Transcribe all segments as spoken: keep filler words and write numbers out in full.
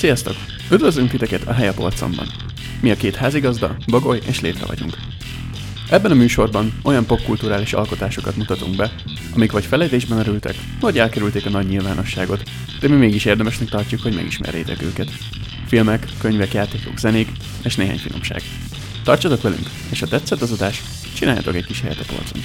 Sziasztok! Üdvözlünk titeket a Hely a Polcomban. Mi a két házigazda, Bagoly és Létre vagyunk. Ebben a műsorban olyan popkulturális alkotásokat mutatunk be, amik vagy felejtésben merültek, vagy elkerülték a nagy nyilvánosságot, de mi mégis érdemesnek tartjuk, hogy megismerjétek őket. Filmek, könyvek, játékok, zenék és néhány finomság. Tartsatok velünk, és ha tetszett az adás, csináljatok egy kis helyet a polcon.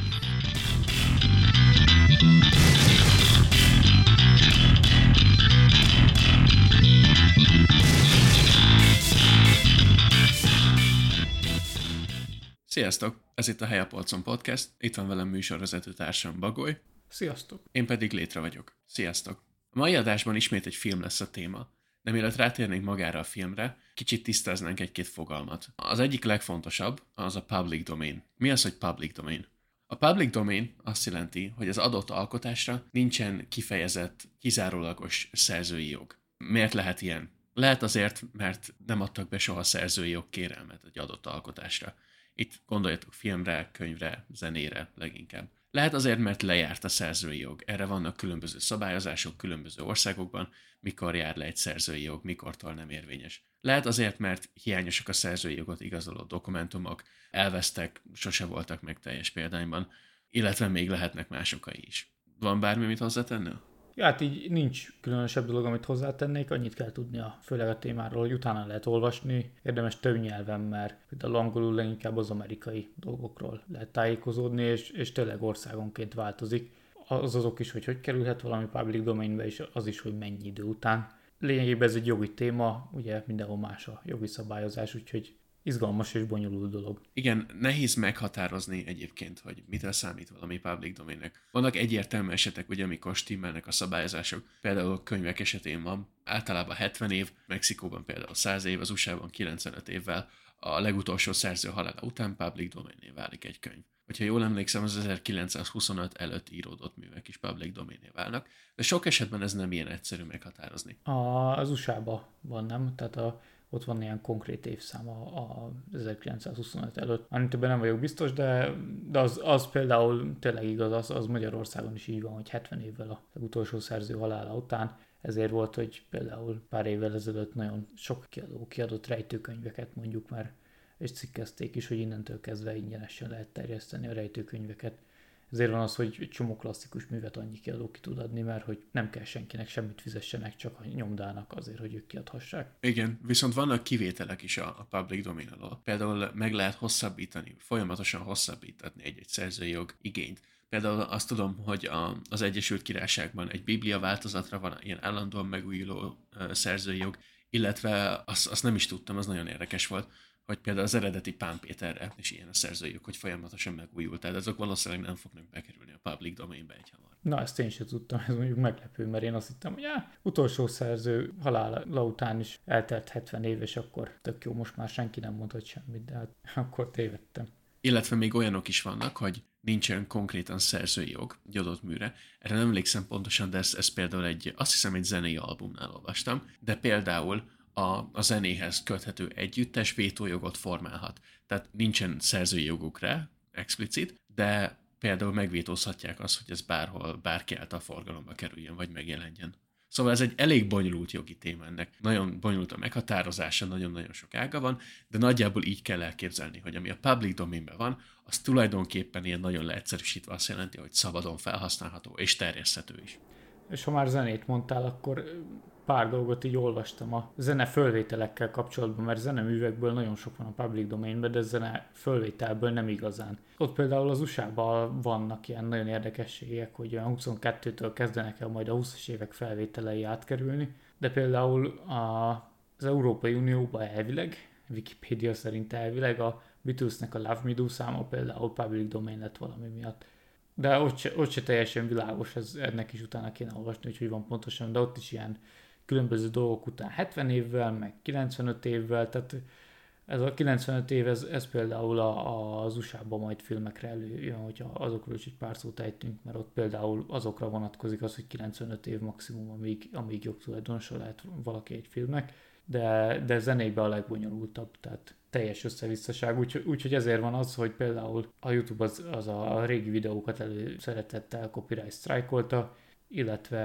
Sziasztok! Ez itt a Hely a Polcon podcast, itt van velem műsorvezető társam Bagoly. Sziasztok! Én pedig Létre vagyok. Sziasztok! A mai adásban ismét egy film lesz a téma, de mielőtt rátérnénk magára a filmre, kicsit tisztáznánk egy-két fogalmat. Az egyik legfontosabb az a public domain. Mi az, hogy public domain? A public domain azt jelenti, hogy az adott alkotásra nincsen kifejezett, kizárólagos szerzői jog. Miért lehet ilyen? Lehet azért, mert nem adtak be soha szerzői jogkérelmet egy adott alkotásra. Itt gondoljatok filmre, könyvre, zenére leginkább. Lehet azért, mert lejárt a szerzői jog. Erre vannak különböző szabályozások különböző országokban, mikor jár le egy szerzői jog, mikortól nem érvényes. Lehet azért, mert hiányosak a szerzői jogot igazoló dokumentumok, elvesztek, sose voltak meg teljes példányban, illetve még lehetnek más okai is. Van bármi, amit hozzátennél? Ja, hát így nincs különösebb dolog, amit hozzátennék, annyit kell tudnia, főleg a témáról, hogy utána lehet olvasni, érdemes több nyelven, mert például angolul leginkább az amerikai dolgokról lehet tájékozódni, és, és tényleg országonként változik. Az azok is, hogy hogy kerülhet valami public domainbe, és az is, hogy mennyi idő után. Lényegében ez egy jogi téma, ugye mindenhol más a jogi szabályozás, úgyhogy izgalmas és bonyolult dolog. Igen, nehéz meghatározni egyébként, hogy mitől számít valami public domainnek. Vannak egyértelmű esetek, ugye, amikor stimmelnek a szabályozások. Például a könyvek esetén van általában hetven év, Mexikóban például száz év, az u es á-ban kilencvenöt évvel a legutolsó szerző halála után public domainné válik egy könyv. Hogyha jól emlékszem, az ezerkilencszázhuszonöt előtt íródott művek is public domainné válnak, de sok esetben ez nem ilyen egyszerű meghatározni. A, az u es á-ban van, nem? Tehát a ott van ilyen konkrét évszám a, a ezerkilencszázhuszonöt előtt. Annyiban nem vagyok biztos, de, de az, az például tényleg igaz, az, az Magyarországon is így van, hogy hetven évvel a utolsó szerző halála után. Ezért volt, hogy például pár évvel ezelőtt nagyon sok kiadó kiadott rejtőkönyveket mondjuk már, és cikkezték is, hogy innentől kezdve ingyenesen lehet terjeszteni a rejtőkönyveket. Ezért van az, hogy egy csomó klasszikus művet annyi kiadó ki tud adni, mert hogy nem kell senkinek semmit fizessenek, csak a nyomdának azért, hogy ők kiadhassák. Igen, viszont vannak kivételek is a, a public domain alól. Például meg lehet hosszabbítani, folyamatosan hosszabbítani egy-egy szerzői jog igényt. Például azt tudom, hogy a, az Egyesült Királyságban egy biblia változatra van ilyen állandóan megújuló uh, szerzői jog, illetve azt, azt nem is tudtam, az nagyon érdekes volt, hogy például az eredeti Pán Péterre is ilyen a szerzőjük, hogy folyamatosan megújult, tehát azok valószínűleg nem fognak bekerülni a public domainbe egyhamar. Na, ezt én sem tudtam, ez mondjuk meglepő, mert én azt hittem, hogy já, utolsó szerző halála után is eltelt hetven év, és akkor tök jó, most már senki nem mondhat semmit, de hát akkor tévedtem. Illetve még olyanok is vannak, hogy nincsen konkrétan szerzői jog egy adott műre. Erre nem emlékszem pontosan, de ez, ez például egy, azt hiszem egy zenei albumnál olvastam, de például A, a zenéhez köthető együttes vétójogot formálhat. Tehát nincsen szerzői joguk rá, explicit, de például megvétózhatják azt, hogy ez bárhol, bárki által forgalomba kerüljön, vagy megjelenjen. Szóval ez egy elég bonyolult jogi téma ennek. Nagyon bonyolult a meghatározása, nagyon-nagyon sok ága van, de nagyjából így kell elképzelni, hogy ami a public domainben van, az tulajdonképpen ilyen nagyon leegyszerűsítve azt jelenti, hogy szabadon felhasználható és terjeszthető is. És ha már zenét mondtál, akkor pár dolgot így olvastam a zene fölvételekkel kapcsolatban, mert zeneművekből nagyon sok van a public domainben, de zene fölvételből nem igazán. Ott például az u es á-ban vannak ilyen nagyon érdekességek, hogy olyan huszonkettőtől kezdenek el majd a húszas évek felvételei átkerülni, de például a, az Európai Unióban elvileg, Wikipédia szerint elvileg a Beatlesnek a Love Me Do száma például public domain lett valami miatt. De ott se, ott se teljesen világos, ez, ennek is utána kéne olvasni, úgyhogy van pontosan, de ott is ilyen különböző dolgok után hetven évvel, meg kilencvenöt évvel, tehát ez a kilencvenöt év, ez, ez például a, a, az u es á-ban majd filmekre előjön, hogyha azokról is egy pár szót ejtünk, mert ott például azokra vonatkozik az, hogy kilencvenöt év maximum, amíg, amíg jogtulajdonosa lehet valaki egy filmnek, de, de zenékben a legbonyolultabb, tehát teljes összevisszaság, úgyhogy úgy, ezért van az, hogy például a YouTube az, az a régi videókat elő szeretettel copyright strike-olta, illetve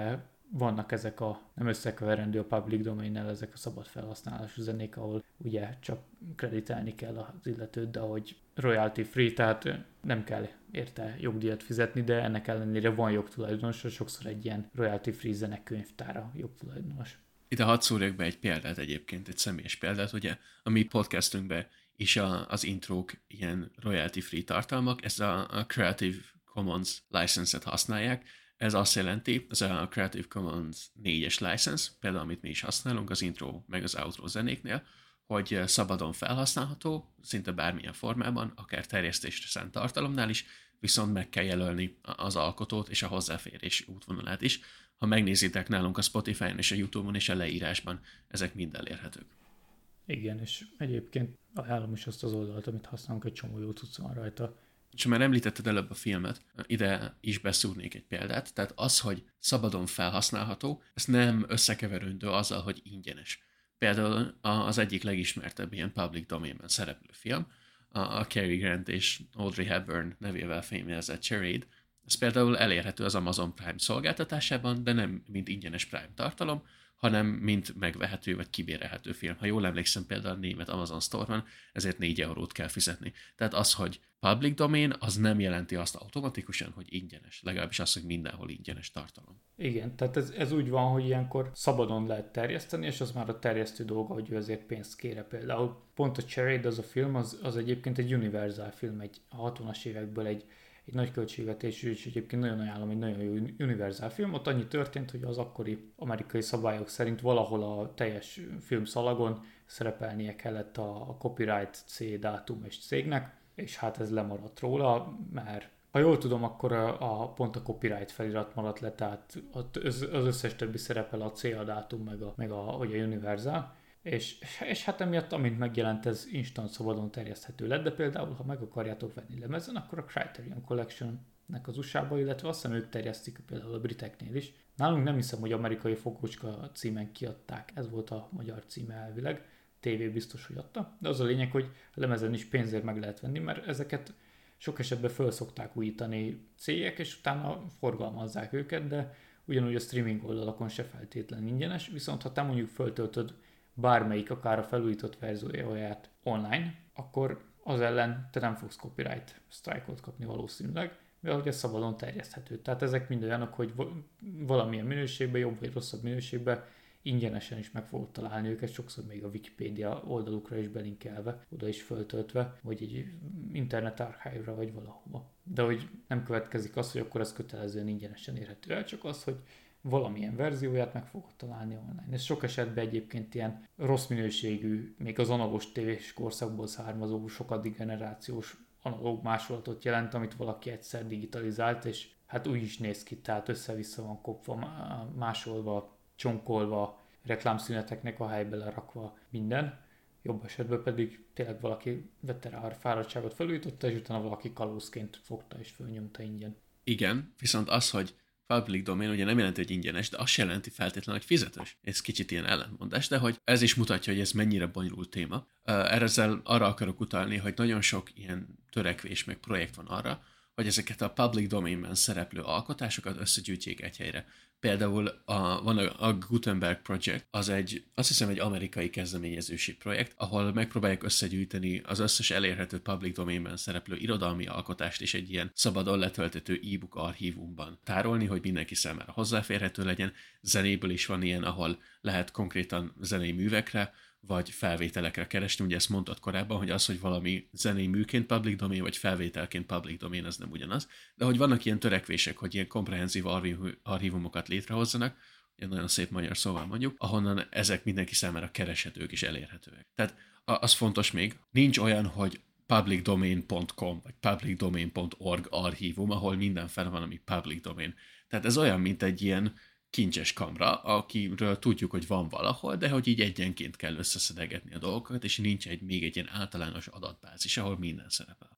vannak ezek a nem összekeverendő a public domain-nel ezek a szabad felhasználású zenék, ahol ugye csak kreditálni kell az illetőt, de hogy royalty free, tehát nem kell érte jogdíjat fizetni, de ennek ellenére van jogtulajdonos, sokszor egy ilyen royalty free zenekönyvtára jogtulajdonos. Ide hadd szúrjak be egy példát egyébként, egy személyes példát, ugye a mi podcastünkben is a, az intrók ilyen royalty free tartalmak, ezt a, a Creative Commons license-et használják. Ez azt jelenti, ez a Creative Commons négyes license, például amit mi is használunk az intro meg az outro zenéknél, hogy szabadon felhasználható, szinte bármilyen formában, akár terjesztésre szánt tartalomnál is, viszont meg kell jelölni az alkotót és a hozzáférés útvonalát is. Ha megnézitek nálunk a Spotify-on és a YouTube-on és a leírásban, ezek mind elérhetők. Igen, és egyébként ajánlom is azt az oldalt, amit használunk, egy csomó jó cucc van rajta. És már említetted előbb a filmet, ide is beszúrnék egy példát, tehát az, hogy szabadon felhasználható, ez nem összekeverendő azzal, hogy ingyenes. Például az egyik legismertebb ilyen public domainben szereplő film, a Cary Grant és Audrey Hepburn nevével fémjelzett Charade, ez például elérhető az Amazon Prime szolgáltatásában, de nem mint ingyenes Prime tartalom, hanem mint megvehető vagy kibérelhető film. Ha jól emlékszem, például a német Amazon Store-ban ezért négy eurót kell fizetni. Tehát az, hogy public domain, az nem jelenti azt automatikusan, hogy ingyenes. Legalábbis az, hogy mindenhol ingyenes tartalom. Igen, tehát ez, ez úgy van, hogy ilyenkor szabadon lehet terjeszteni, és az már a terjesztő dolga, hogy ő azért pénzt kére. Például pont a Charade, az a film, az, az egyébként egy Universal film, egy hatvanas évekből egy egy nagy költségvetésű, és egyébként nagyon ajánlom, egy nagyon jó Universal film. Ott annyi történt, hogy az akkori amerikai szabályok szerint valahol a teljes filmszalagon szerepelnie kellett a copyright C dátum és cégnek, és hát ez lemaradt róla, mert ha jól tudom, akkor a, a pont a copyright felirat maradt le, tehát az, az összes többi szerepel a C A dátum, meg a, meg a, vagy a Universal. És, és hát emiatt, amint megjelent, ez instant szabadon terjeszthető lett, de például, ha meg akarjátok venni lemezen, akkor a Criterion Collection-nek az u es á-ba, illetve azt hiszem ők terjesztik például a briteknél is. Nálunk nem hiszem, hogy amerikai fogócska címen kiadták, ez volt a magyar címe elvileg, tévé biztos, hogy adta, de az a lényeg, hogy a lemezen is pénzért meg lehet venni, mert ezeket sok esetben föl szokták újítani cégek, és utána forgalmazzák őket, de ugyanúgy a streaming oldalakon se feltétlen ingyenes, viszont ha te mondjuk föltöltöd bármelyik, akár a felújított verzióját online, akkor az ellen te nem fogsz copyright strike-ot kapni valószínűleg, mivel hogy ez szabadon terjeszthető. Tehát ezek mind olyanok, hogy valamilyen minőségben, jobb vagy rosszabb minőségben ingyenesen is meg fogod találni őket, sokszor még a Wikipedia oldalukra is belinkelve, oda is föltöltve, vagy egy internet archive-ra, vagy valahova. De hogy nem következik az, hogy akkor ez kötelezően ingyenesen érhető el, csak az, hogy valamilyen verzióját meg fogod találni online. Ez sok esetben egyébként ilyen rossz minőségű, még az analógos tévés korszakból származó, sokadik generációs analóg másolatot jelent, amit valaki egyszer digitalizált, és hát úgy is néz ki, tehát össze-vissza van kopva, másolva, csonkolva, reklámszüneteknek a helybe lerakva minden. Jobb esetben pedig tényleg valaki vette rá a fáradtságot, felújította, és utána valaki kalózként fogta és fölnyomta ingyen. Igen, viszont az, hogy public domain ugye nem jelenti, hogy ingyenes, de azt se jelenti feltétlenül, hogy fizetős. Ez kicsit ilyen ellentmondás, de hogy ez is mutatja, hogy ez mennyire bonyolult téma. Ezzel arra akarok utalni, hogy nagyon sok ilyen törekvés meg projekt van arra, hogy ezeket a public domainben szereplő alkotásokat összegyűjtjék egy helyre. Például a, van a, a Gutenberg Project, az egy, azt hiszem egy amerikai kezdeményezési projekt, ahol megpróbálják összegyűjteni az összes elérhető public domainben szereplő irodalmi alkotást és egy ilyen szabadon letölthető e-book archívumban tárolni, hogy mindenki számára hozzáférhető legyen. Zenéből is van ilyen, ahol lehet konkrétan zenei művekre, vagy felvételekre keresni. Ugye ezt mondtad korábban, hogy az, hogy valami zenei műként public domain, vagy felvételként public domain, az nem ugyanaz. De hogy vannak ilyen törekvések, hogy ilyen komprehenzív archívumokat létrehozzanak, ilyen nagyon szép magyar szóval mondjuk, ahonnan ezek mindenki számára kereshetők és elérhetőek. Tehát az fontos még, nincs olyan, hogy public domain pont com vagy public domain pont org archívum, ahol mindenfele van, ami public domain. Tehát ez olyan, mint egy ilyen kincses kamra, akiről tudjuk, hogy van valahol, de hogy így egyenként kell összeszedegetni a dolgokat, és nincs egy, még egy ilyen általános adatbázis, ahol minden szerepel.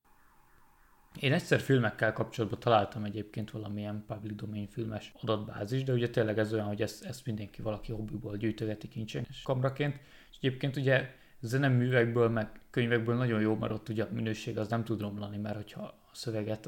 Én egyszer filmekkel kapcsolatban találtam egyébként valamilyen public domain filmes adatbázis, de ugye tényleg ez olyan, hogy ezt, ezt mindenki valaki hobbiból gyűjtögeti kincses kamraként, és egyébként ugye zeneművekből, meg könyvekből nagyon jó, mert ott ugye a minőség az nem tud romlani, mert hogyha a szöveget az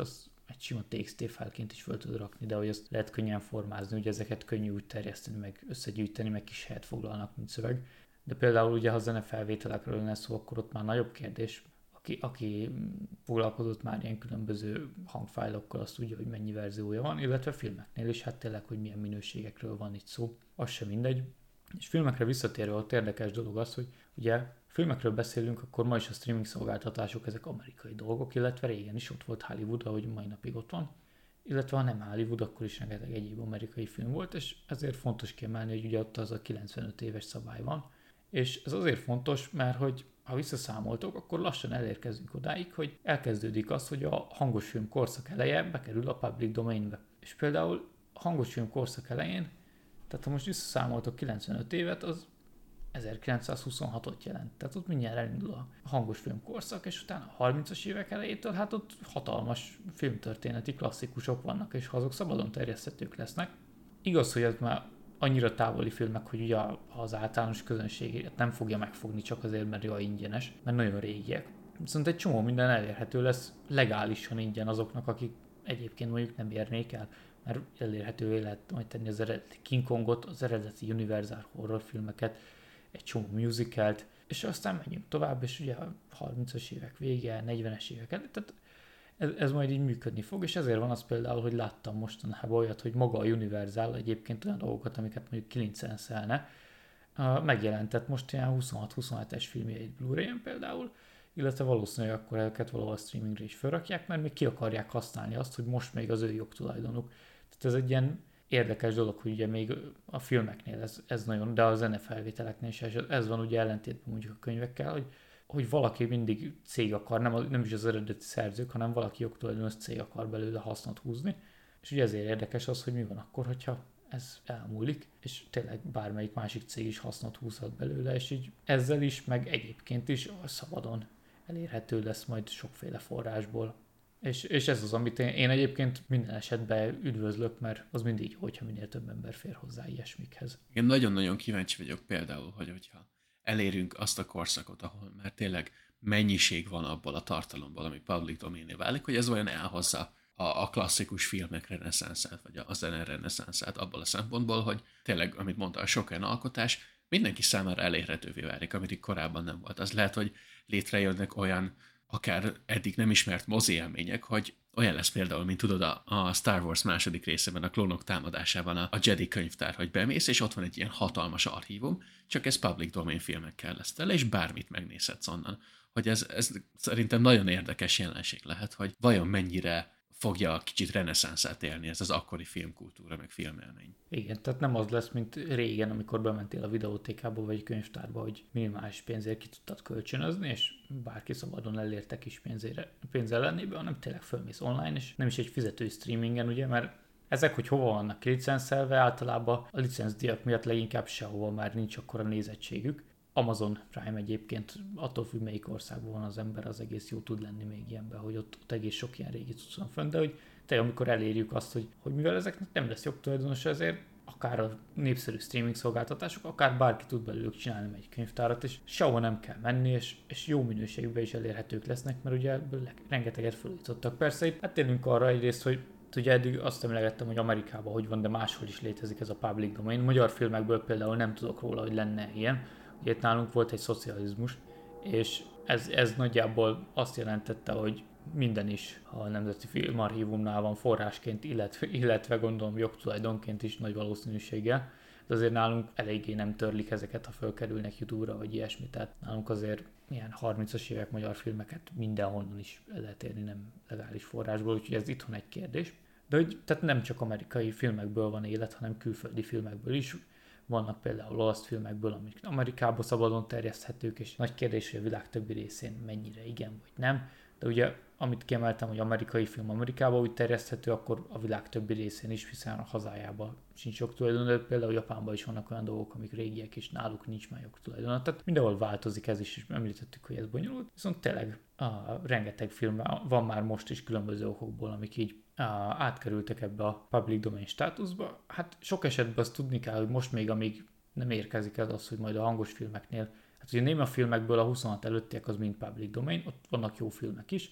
egy sima té iksz té fájlként is fel tudod rakni, de hogy ezt lehet könnyen formázni, ugye ezeket könnyű úgy terjeszteni, meg összegyűjteni, meg kis helyet foglalnak, mint szöveg. De például ugye, ha zenefelvételekről lenne szó, akkor ott már nagyobb kérdés. Aki, aki foglalkozott már ilyen különböző hangfájlokkal, azt tudja, hogy mennyi verziója van, illetve filmeknél is, hát tényleg, hogy milyen minőségekről van itt szó. Az sem mindegy. És filmekre visszatérve, ott érdekes dolog az, hogy ugye filmekről beszélünk, akkor ma is a streaming szolgáltatások, ezek amerikai dolgok, illetve régen is ott volt Hollywood, ahogy mai napig ott van. Illetve ha nem Hollywood, akkor is rengeteg egyéb amerikai film volt, és ezért fontos kiemelni, hogy ugye ott az a kilencvenöt éves szabály van. És ez azért fontos, mert hogy ha visszaszámoltok, akkor lassan elérkezünk odáig, hogy elkezdődik az, hogy a hangos film korszak eleje bekerül a public domainbe. És például a hangos film korszak elején, tehát ha most visszaszámoltok kilencvenöt évet, az ezerkilencszázhuszonhatot jelent. Tehát ott mindjárt elindul a hangos film korszak, és utána a harmincas évek elejétől, hát ott hatalmas filmtörténeti klasszikusok vannak, és ha azok szabadon terjeszthetők lesznek. Igaz, hogy ez már annyira távoli filmek, hogy ugye az általános közönségét nem fogja megfogni csak azért, mert jaj ingyenes, mert nagyon régiek. Viszont egy csomó minden elérhető lesz legálisan ingyen azoknak, akik egyébként mondjuk nem érnék el, mert elérhetővé lehet majd tenni az eredeti King Kongot, az eredeti Universal horror filmeket, egy csomó musicalt, és aztán menjünk tovább, és ugye a harmincas évek vége, negyvenes évek előtt, tehát ez, ez majd így működni fog, és ezért van az például, hogy láttam mostanában olyat, hogy maga a Universal egyébként olyan dolgokat, amiket mondjuk kilincenszelne, megjelentett most ilyen huszonhat-huszonhetes filmjeit Blu-ray-en például, illetve valószínűleg akkor ezeket valahol streamingre is felrakják, mert még ki akarják használni azt, hogy most még az ő jogtulajdonuk. Tehát ez egy ilyen érdekes dolog, hogy ugye még a filmeknél ez, ez nagyon, de a zenefelvételeknél is ez van ugye ellentétben mondjuk a könyvekkel, hogy, hogy valaki mindig cég akar, nem, a, nem is az eredeti szerzők, hanem valaki jogtulajdonos cég akar belőle hasznot húzni. És ugye ezért érdekes az, hogy mi van akkor, hogyha ez elmúlik, és tényleg bármelyik másik cég is hasznot húzhat belőle, és így ezzel is, meg egyébként is szabadon elérhető lesz majd sokféle forrásból. És, és ez az, amit én, én egyébként minden esetben üdvözlök, mert az mindig jó, hogyha minél több ember fér hozzá ilyesmikhez. Én nagyon-nagyon kíváncsi vagyok például, hogy hogyha elérünk azt a korszakot, ahol már tényleg mennyiség van abból a tartalomból, ami public domain-é válik, hogy ez olyan elhozza a, a klasszikus filmek reneszánszát, vagy a zene reneszánszát abból a szempontból, hogy tényleg, amit mondta, a sok olyan alkotás mindenki számára elérhetővé válik, amit korábban nem volt. Az lehet, hogy létrejönnek olyan akár eddig nem ismert mozi élmények, hogy olyan lesz például, mint tudod a, a Star Wars második részében, a klónok támadásában a, a Jedi könyvtár, hogy bemész, és ott van egy ilyen hatalmas archívum, csak ez public domain filmekkel lesz tele, és bármit megnézhetsz onnan. Hogy ez, ez szerintem nagyon érdekes jelenség lehet, hogy vajon mennyire fogja kicsit reneszánszát élni ez az akkori filmkultúra, meg filmelmény. Igen, tehát nem az lesz, mint régen, amikor bementél a videótékába vagy könyvtárba, hogy minimális pénzért ki tudtad kölcsönözni, és bárki szabadon elérte kis pénzére, pénz ellenében, hanem tényleg fölmész online, és nem is egy fizetői streamingen, ugye, mert ezek, hogy hova vannak licenszelve, általában a licencdíjak miatt leginkább sehova már nincs akkora nézettségük. Amazon Prime egyébként, attól függ, melyik országban van az ember, az egész jó tud lenni még ilyenben, hogy ott, ott egész sok ilyen régi cucc van fönn, de hogy te, amikor elérjük azt, hogy, hogy mivel ezeknek nem lesz jogtulajdonos, ezért akár a népszerű streaming szolgáltatások, akár bárki tud belőlük csinálni egy könyvtárat, és sehova nem kell menni, és, és jó minőségben is elérhetők lesznek, mert ugye ebből rengeteget felújítottak. Persze itt áttérünk arra egyrészt, hogy ugye eddig azt emlegettem, hogy Amerikában hogy van, de máshol is létezik ez a public domain. Magyar filmekből például nem tudok róla, hogy lenne ilyen. Ugye itt nálunk volt egy szocializmus, és ez, ez nagyjából azt jelentette, hogy minden is a Nemzeti Filmarchívumnál van forrásként, illetve, illetve gondolom jogtulajdonként is nagy valószínűséggel. De azért nálunk eléggé nem törlik ezeket, ha fölkerülnek YouTube-ra, vagy ilyesmi. Tehát nálunk azért ilyen harmincas évek magyar filmeket mindenhonnan is lehet érni, nem legális forrásból, úgyhogy ez itthon egy kérdés. De hogy tehát nem csak amerikai filmekből van élet, hanem külföldi filmekből is. Vannak például olasz filmekből, amik Amerikában szabadon terjeszthetők, és nagy kérdés, hogy a világ többi részén mennyire igen vagy nem. De ugye, amit kiemeltem, hogy amerikai film Amerikában úgy terjeszthető, akkor a világ többi részén is, hiszen a hazájában sincs jogtulajdon, de például Japánban is vannak olyan dolgok, amik régiek, és náluk nincs már jogtulajdon. Tehát mindenhol változik ez is, és említettük, hogy ez bonyolult. Viszont tényleg a, rengeteg film van már most is különböző okokból, amik így a, átkerültek ebbe a public domain státuszba. Hát sok esetben azt tudni kell, hogy most még amíg nem érkezik ez az, hogy majd a hangos filmeknél, hát ugye néma filmekből a huszonhat előttiek az mind public domain, ott vannak jó filmek is,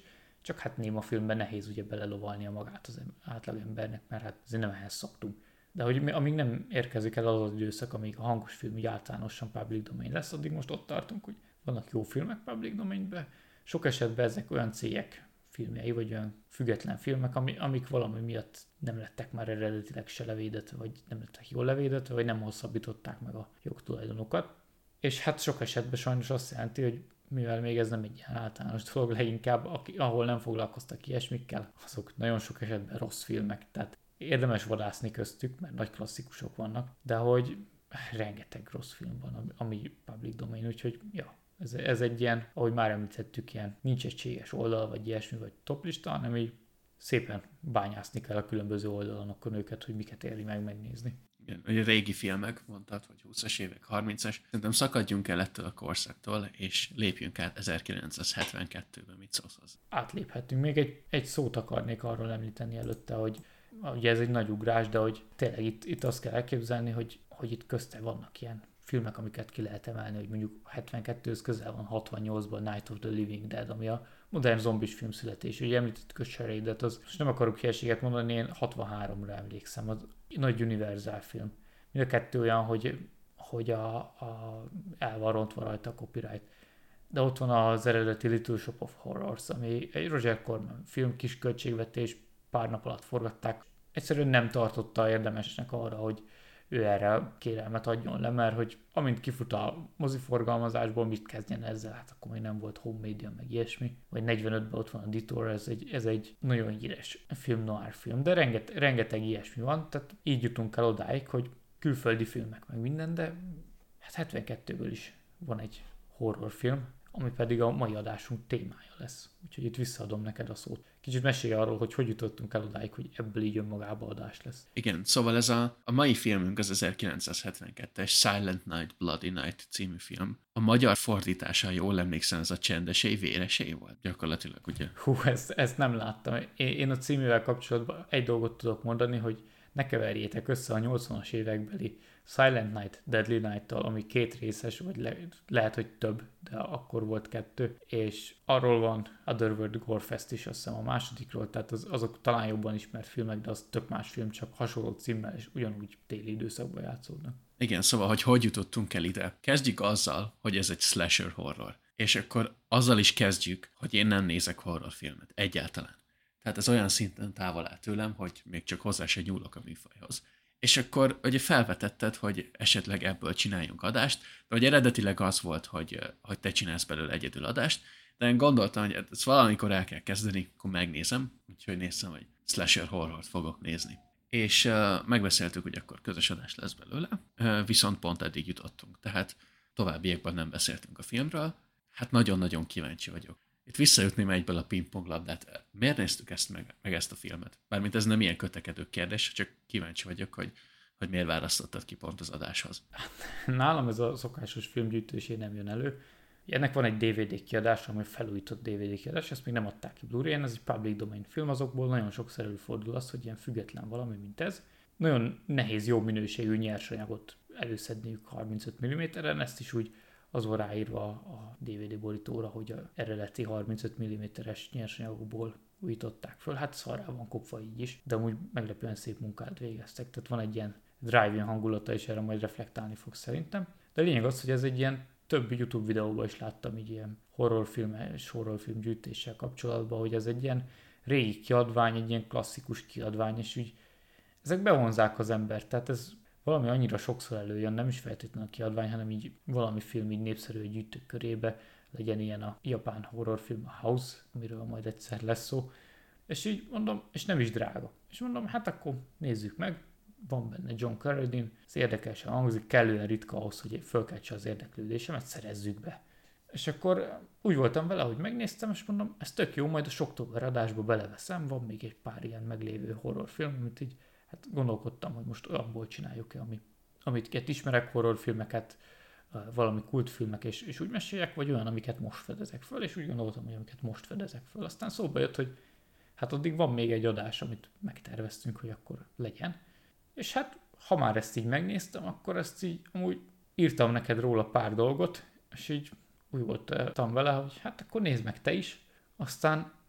Csak hát néma filmben nehéz ugye belelovalnia magát az átlagembernek, mert hát azért nem ehhez szoktunk. De hogy amíg nem érkezik el az az időszak, amíg a hangos film így általánosan public domain lesz, addig most ott tartunk, hogy vannak jó filmek public domainben. Sok esetben ezek olyan cégek filmjei, vagy olyan független filmek, ami, amik valami miatt nem lettek már eredetileg se levédetve, vagy nem lettek jól levédetve, vagy nem hosszabbították meg a jogtulajdonokat. És hát sok esetben sajnos azt jelenti, hogy mivel még ez nem egy ilyen általános dolog, leginkább aki, ahol nem foglalkoztak ilyesmikkel, azok nagyon sok esetben rossz filmek. Tehát érdemes vadászni köztük, mert nagy klasszikusok vannak, de hogy rengeteg rossz film van, ami public domain, úgyhogy ja, ez, ez egy ilyen, ahogy már említettük, ilyen nincs egységes oldal, vagy ilyesmi, vagy toplista, hanem így szépen bányászni kell a különböző oldalonokon őket, hogy miket éri meg megnézni. Igen, ugye régi filmek, mondtad, hogy húszas évek, harmincas. Szerintem szakadjunk el ettől a korszaktól, és lépjünk át ezerkilencszázhetvenkettőbe, mit szólsz az? Átléphetünk. Még egy, egy szót akarnék arról említeni előtte, hogy ugye ez egy nagy ugrás, de hogy tényleg itt, itt azt kell elképzelni, hogy, hogy itt közte vannak ilyen filmek, amiket ki lehet emelni, hogy mondjuk hetvenkettőhöz közel van hatvannyolcban Night of the Living Dead, ami a modern zombis film születés. Ugye említettük a Charade-et, az most nem akarok hülyeséget mondani, én hatvanháromra emlékszem, az nagy Universal film. Mind a kettő olyan, hogy, hogy a, a, el van rontva rajta a copyright. De ott van az eredeti Little Shop of Horrors, ami egy Roger Corman film, kis költségvetés, pár nap alatt forgatták. Egyszerűen nem tartotta érdemesnek arra, hogy ő erre kérelmet adjon le, mert hogy amint kifut a moziforgalmazásból, mit kezdjen ezzel, hát akkor még nem volt home media, meg ilyesmi. Vagy negyvenötben ott van a Detour, ez egy, ez egy nagyon híres film, noir film, de rengeteg, rengeteg ilyesmi van, tehát így jutunk el odáig, hogy külföldi filmek meg minden, de hát hetvenkettőből is van egy horrorfilm, ami pedig a mai adásunk témája lesz. Úgyhogy itt visszaadom neked a szót. Kicsit mesélj arról, hogy hogy jutottunk el odáig, hogy ebből így önmagába adás lesz. Igen, szóval ez a, a mai filmünk az ezerkilencszázhetvenkettes Silent Night, Bloody Night című film. A magyar fordítása, jól emlékszem, ez a Csendesé, Véresé volt gyakorlatilag, ugye? Hú, ezt, ezt nem láttam. Én, én a címével kapcsolatban egy dolgot tudok mondani, hogy ne keverjétek össze a nyolcvanas évekbeli Silent Night, Deadly Night-tal, ami két részes, vagy le, lehet, hogy több, de akkor volt kettő, és arról van Otherworld Gorefest is, azt hiszem a másodikról, tehát az, azok talán jobban ismert filmek, de az tök más film, csak hasonló címmel, és ugyanúgy téli időszakban játszódnak. Igen, szóval, hogy hogy jutottunk el ide. Kezdjük azzal, hogy ez egy slasher horror. És akkor azzal is kezdjük, hogy én nem nézek horrorfilmet. Egyáltalán. Tehát ez olyan szinten távol áll tőlem, hogy még csak hozzá se nyúlok a műfajhoz. És akkor ugye felvetetted, hogy esetleg ebből csináljunk adást, de hogy eredetileg az volt, hogy, hogy te csinálsz belőle egyedül adást, de én gondoltam, hogy ezt valamikor el kell kezdeni, akkor megnézem, úgyhogy néztem, hogy slasher horrort fogok nézni. És uh, megbeszéltük, hogy akkor közös adás lesz belőle, uh, viszont pont eddig jutottunk, tehát továbbiakban nem beszéltünk a filmről. Hát nagyon-nagyon kíváncsi vagyok. Itt visszajutném egyből a pingponglabdát. Miért néztük ezt meg, meg ezt a filmet? Bármint ez nem ilyen kötekedő kérdés, csak kíváncsi vagyok, hogy, hogy miért választottad ki pont az adáshoz. Nálam ez a szokásos filmgyűjtőség nem jön elő. Ennek van egy dé vé dé kiadása, ami felújított dé vé dé kiadás, ezt még nem adták ki Blu-ray-en, ez egy public domain film, azokból nagyon sokszor előfordul az, hogy ilyen független valami, mint ez. Nagyon nehéz, jó minőségű nyersanyagot előszedniük harmincöt milliméteren, ezt is úgy az van ráírva a dé vé dé borítóra, hogy a eredeti harmincöt milliméteres nyersanyagokból újították föl. Hát szarrá van kopva így is, de amúgy meglepően szép munkát végeztek. Tehát van egy ilyen drive-in hangulata, és erre majd reflektálni fog szerintem. De a lényeg az, hogy ez egy ilyen több YouTube videóban is láttam így ilyen horrorfilm és horrorfilm gyűjtéssel kapcsolatban, hogy ez egy ilyen régi kiadvány, egy ilyen klasszikus kiadvány, és úgy ezek bevonzák az embert. Tehát ez valami annyira sokszor előjön, nem is feltétlenül a kiadvány, hanem így valami film így népszerű a gyűjtők körébe, legyen ilyen a japán horrorfilm, a House, amiről majd egyszer lesz szó, és így mondom, és nem is drága. És mondom, hát akkor nézzük meg, van benne John Carradine, ez érdekesen hangzik, kellően ritka ahhoz, hogy fölkeltse az érdeklődésemet, szerezzük be. És akkor úgy voltam vele, hogy megnéztem, és mondom, ez tök jó, majd a Soktober adásba beleveszem, van még egy pár ilyen meglévő horrorfilm, amit így hát gondolkodtam, hogy most olyanból csináljuk-e, ami, amit ismerek, horrorfilmeket, valami kultfilmek, és, és úgy meséljek, vagy olyan, amiket most fedezek föl, és úgy gondoltam, hogy amiket most fedezek föl. Aztán szóba jött, hogy hát addig van még egy adás, amit megterveztünk, hogy akkor legyen. És hát, ha már ezt így megnéztem, akkor ezt így amúgy írtam neked róla pár dolgot, és így úgy voltam vele, hogy hát akkor nézd meg te is. Aztán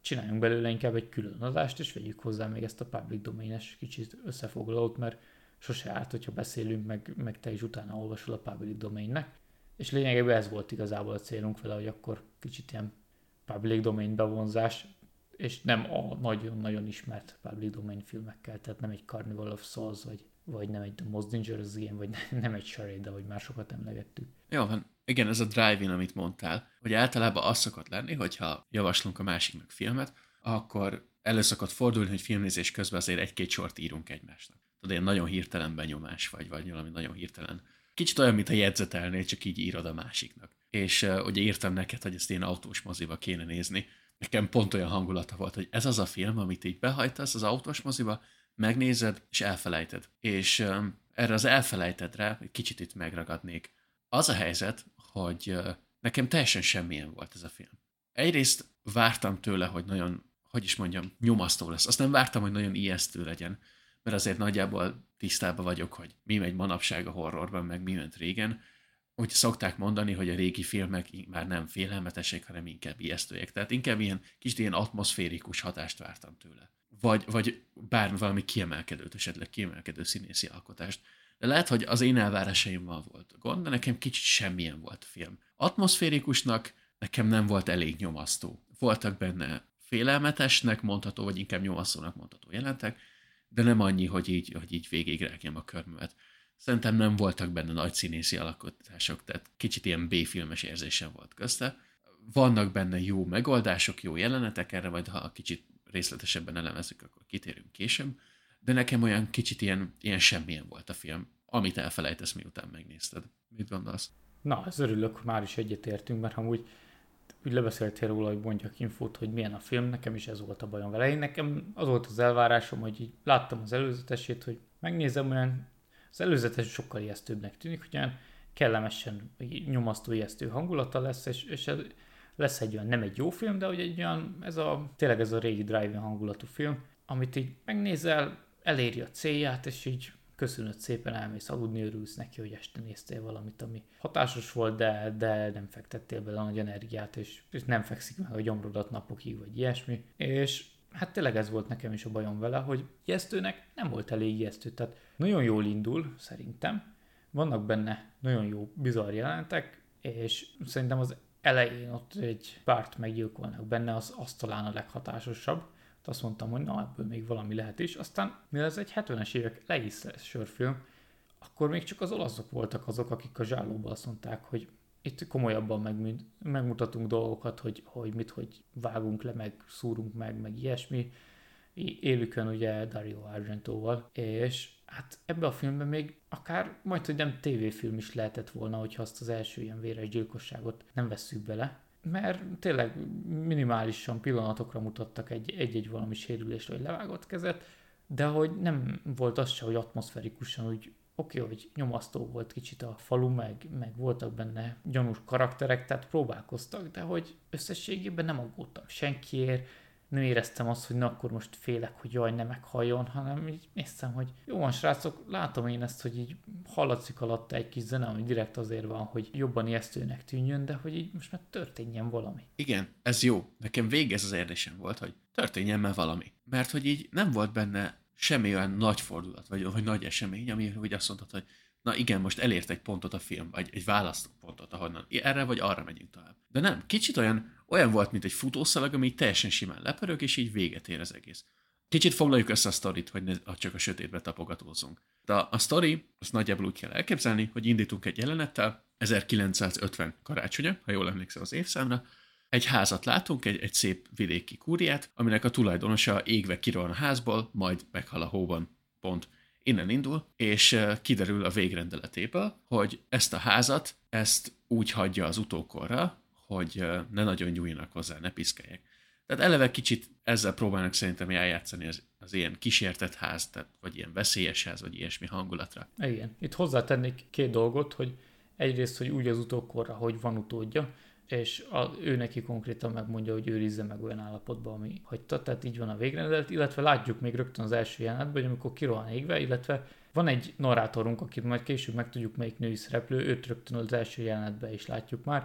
csináljunk belőle inkább egy külön adást, és vegyük hozzá még ezt a public domain-es kicsit összefoglalót, mert sose árt, hogyha beszélünk, meg, meg te is utána olvasol a public domainnek. És lényegében ez volt igazából a célunk vele, hogy akkor kicsit ilyen public domain bevonzás, és nem a nagyon-nagyon ismert public domain filmekkel, tehát nem egy Carnival of Souls, vagy, vagy nem egy The Most Dangerous Game, vagy nem egy Charade, ahogy már sokat emlegettük. Jó van, igen, ez a drive-in, amit mondtál, hogy általában az szokott lenni, hogyha javaslunk a másiknak filmet, akkor elő szokott fordulni, hogy filmnézés közben azért egy-két sort írunk egymásnak. Tudod, ilyen nagyon hirtelen benyomás vagy, vagy valami nagyon hirtelen. Kicsit olyan, mint a jegyzetelnél, csak így írod a másiknak. És uh, ugye írtam neked, hogy ezt ilyen autós moziba kéne nézni. Nekem pont olyan hangulata volt, hogy ez az a film, amit így behajtasz az autós moziba, megnézed, és elfelejted. És um, erre az elfelejtedre egy kicsit itt megragadnék. Az a helyzet, hogy uh, nekem teljesen semmilyen volt ez a film. Egyrészt vártam tőle, hogy nagyon, hogy is mondjam, nyomasztó lesz. Azt nem vártam, hogy nagyon ijesztő legyen, mert azért nagyjából tisztában vagyok, hogy mi megy manapság a horrorban, meg mi ment régen. Úgy szokták mondani, hogy a régi filmek már nem félelmetesek, hanem inkább ijesztőek. Tehát inkább ilyen kicsit ilyen atmoszférikus hatást vártam tőle. Vagy, vagy bármi valami kiemelkedőt, esetleg kiemelkedő színészi alkotást. De lehet, hogy az én elvárásaimmal volt a gond, de nekem kicsit semmilyen volt a film. Atmoszférikusnak nekem nem volt elég nyomasztó. Voltak benne félelmetesnek mondható, vagy inkább nyomasztónak mondható jelentek, de nem annyi, hogy így, hogy így végig rágjam a körmömet. Szerintem nem voltak benne nagy színészi alkotások, tehát kicsit ilyen B-filmes érzésem volt közte. Vannak benne jó megoldások, jó jelenetek, erre majd ha kicsit részletesebben elemezzük, akkor kitérünk később, de nekem olyan kicsit ilyen, ilyen semmilyen volt a film, amit elfelejtesz, miután megnézted. Mit gondolsz? Na, ez örülök, már is egyetértünk, mert amúgy úgy lebeszéltél róla, hogy mondjak infót, hogy milyen a film, nekem is ez volt a bajom vele. Én nekem az volt az elvárásom, hogy így láttam az előzetesét, hogy megnézem, olyan az előzetes sokkal ijesztőbbnek tűnik, hogy olyan kellemesen nyomasztó ijesztő hangulata lesz, és, és ez lesz egy olyan, nem egy jó film, de hogy egy olyan, ez a, tényleg ez a régi drive-in hangulatú film, amit így megnézel, eléri a célját, és így köszönöd szépen, elmész aludni, örülsz neki, hogy este néztél valamit, ami hatásos volt, de, de nem fektettél bele nagy energiát, és, és nem fekszik meg a gyomrodat napokig, vagy ilyesmi. És hát tényleg ez volt nekem is a bajom vele, hogy ijesztőnek nem volt elég ijesztő. Tehát nagyon jól indul, szerintem. Vannak benne nagyon jó bizarr jelenetek, és szerintem az elején ott egy párt meggyilkolnak benne, az, az talán a leghatásosabb. Azt mondtam, hogy na, ebből még valami lehet is. Aztán, mivel ez egy hetvenes évek legiszles sörfilm, akkor még csak az olaszok voltak azok, akik a zsállóba azt mondták, hogy itt komolyabban meg, megmutatunk dolgokat, hogy, hogy mit, hogy vágunk le, meg szúrunk meg, meg ilyesmi. Élükön ugye Dario Argentóval, és hát ebbe a filmben még akár majd, hogy nem tévéfilm is lehetett volna, hogyha azt az első ilyen véres gyilkosságot nem vesszük bele. Mert tényleg minimálisan pillanatokra mutattak egy, egy-egy valami sérülésre, hogy levágott kezet, de hogy nem volt az se, hogy atmoszferikusan úgy oké, okay, hogy nyomasztó volt kicsit a falu, meg, meg voltak benne gyanús karakterek, tehát próbálkoztak, de hogy összességében nem aggódtam senkiért, nem éreztem azt, hogy na akkor most félek, hogy jaj, ne meghalljon, hanem így néztem, hogy jó van srácok, látom én ezt, hogy így hallatszik alatta egy kis zene, ami direkt azért van, hogy jobban ijesztőnek tűnjön, de hogy így most már történjen valami. Igen, ez jó. Nekem végig ez az érzésem volt, hogy történjen már valami. Mert hogy így nem volt benne semmi olyan nagy fordulat, vagy, vagy nagy esemény, ami hogy azt mondtad, hogy na igen, most elért egy pontot a film, vagy egy választópontot, ahonnan erre vagy arra megyünk tovább. De nem, kicsit olyan, olyan volt, mint egy futószalag, ami teljesen simán lepörög, és így véget ér az egész. Kicsit foglaljuk össze a sztorit, hogy ne, csak a sötétbe tapogatózunk. De a, a sztori, azt nagyjából úgy kell elképzelni, hogy indítunk egy jelenettel, ezerkilencszázötven karácsonya, ha jól emlékszem az évszámra, egy házat látunk, egy, egy szép vidéki kúriát, aminek a tulajdonosa égve kirohan a házból, majd meghal a hóban. Pont. Innen indul, és kiderül a végrendeletéből, hogy ezt a házat, ezt úgy hagyja az utókorra, hogy ne nagyon nyúljanak hozzá, ne piszkálják. Tehát eleve kicsit ezzel próbálnak szerintem eljátszani az, az ilyen kísértett ház, tehát, vagy ilyen veszélyes ház, vagy ilyesmi hangulatra. Igen. Itt hozzátennék két dolgot, hogy egyrészt, hogy úgy az utókorra, hogy van utódja, és a, ő neki konkrétan megmondja, hogy őrizze meg olyan állapotban, ami hagyta, tehát így van a végrendelet, illetve látjuk még rögtön az első jelenetben, hogy amikor kirohan égve, illetve van egy narrátorunk, akit majd később megtudjuk, melyik női szereplő, őt rögtön az első jelenetben is látjuk már,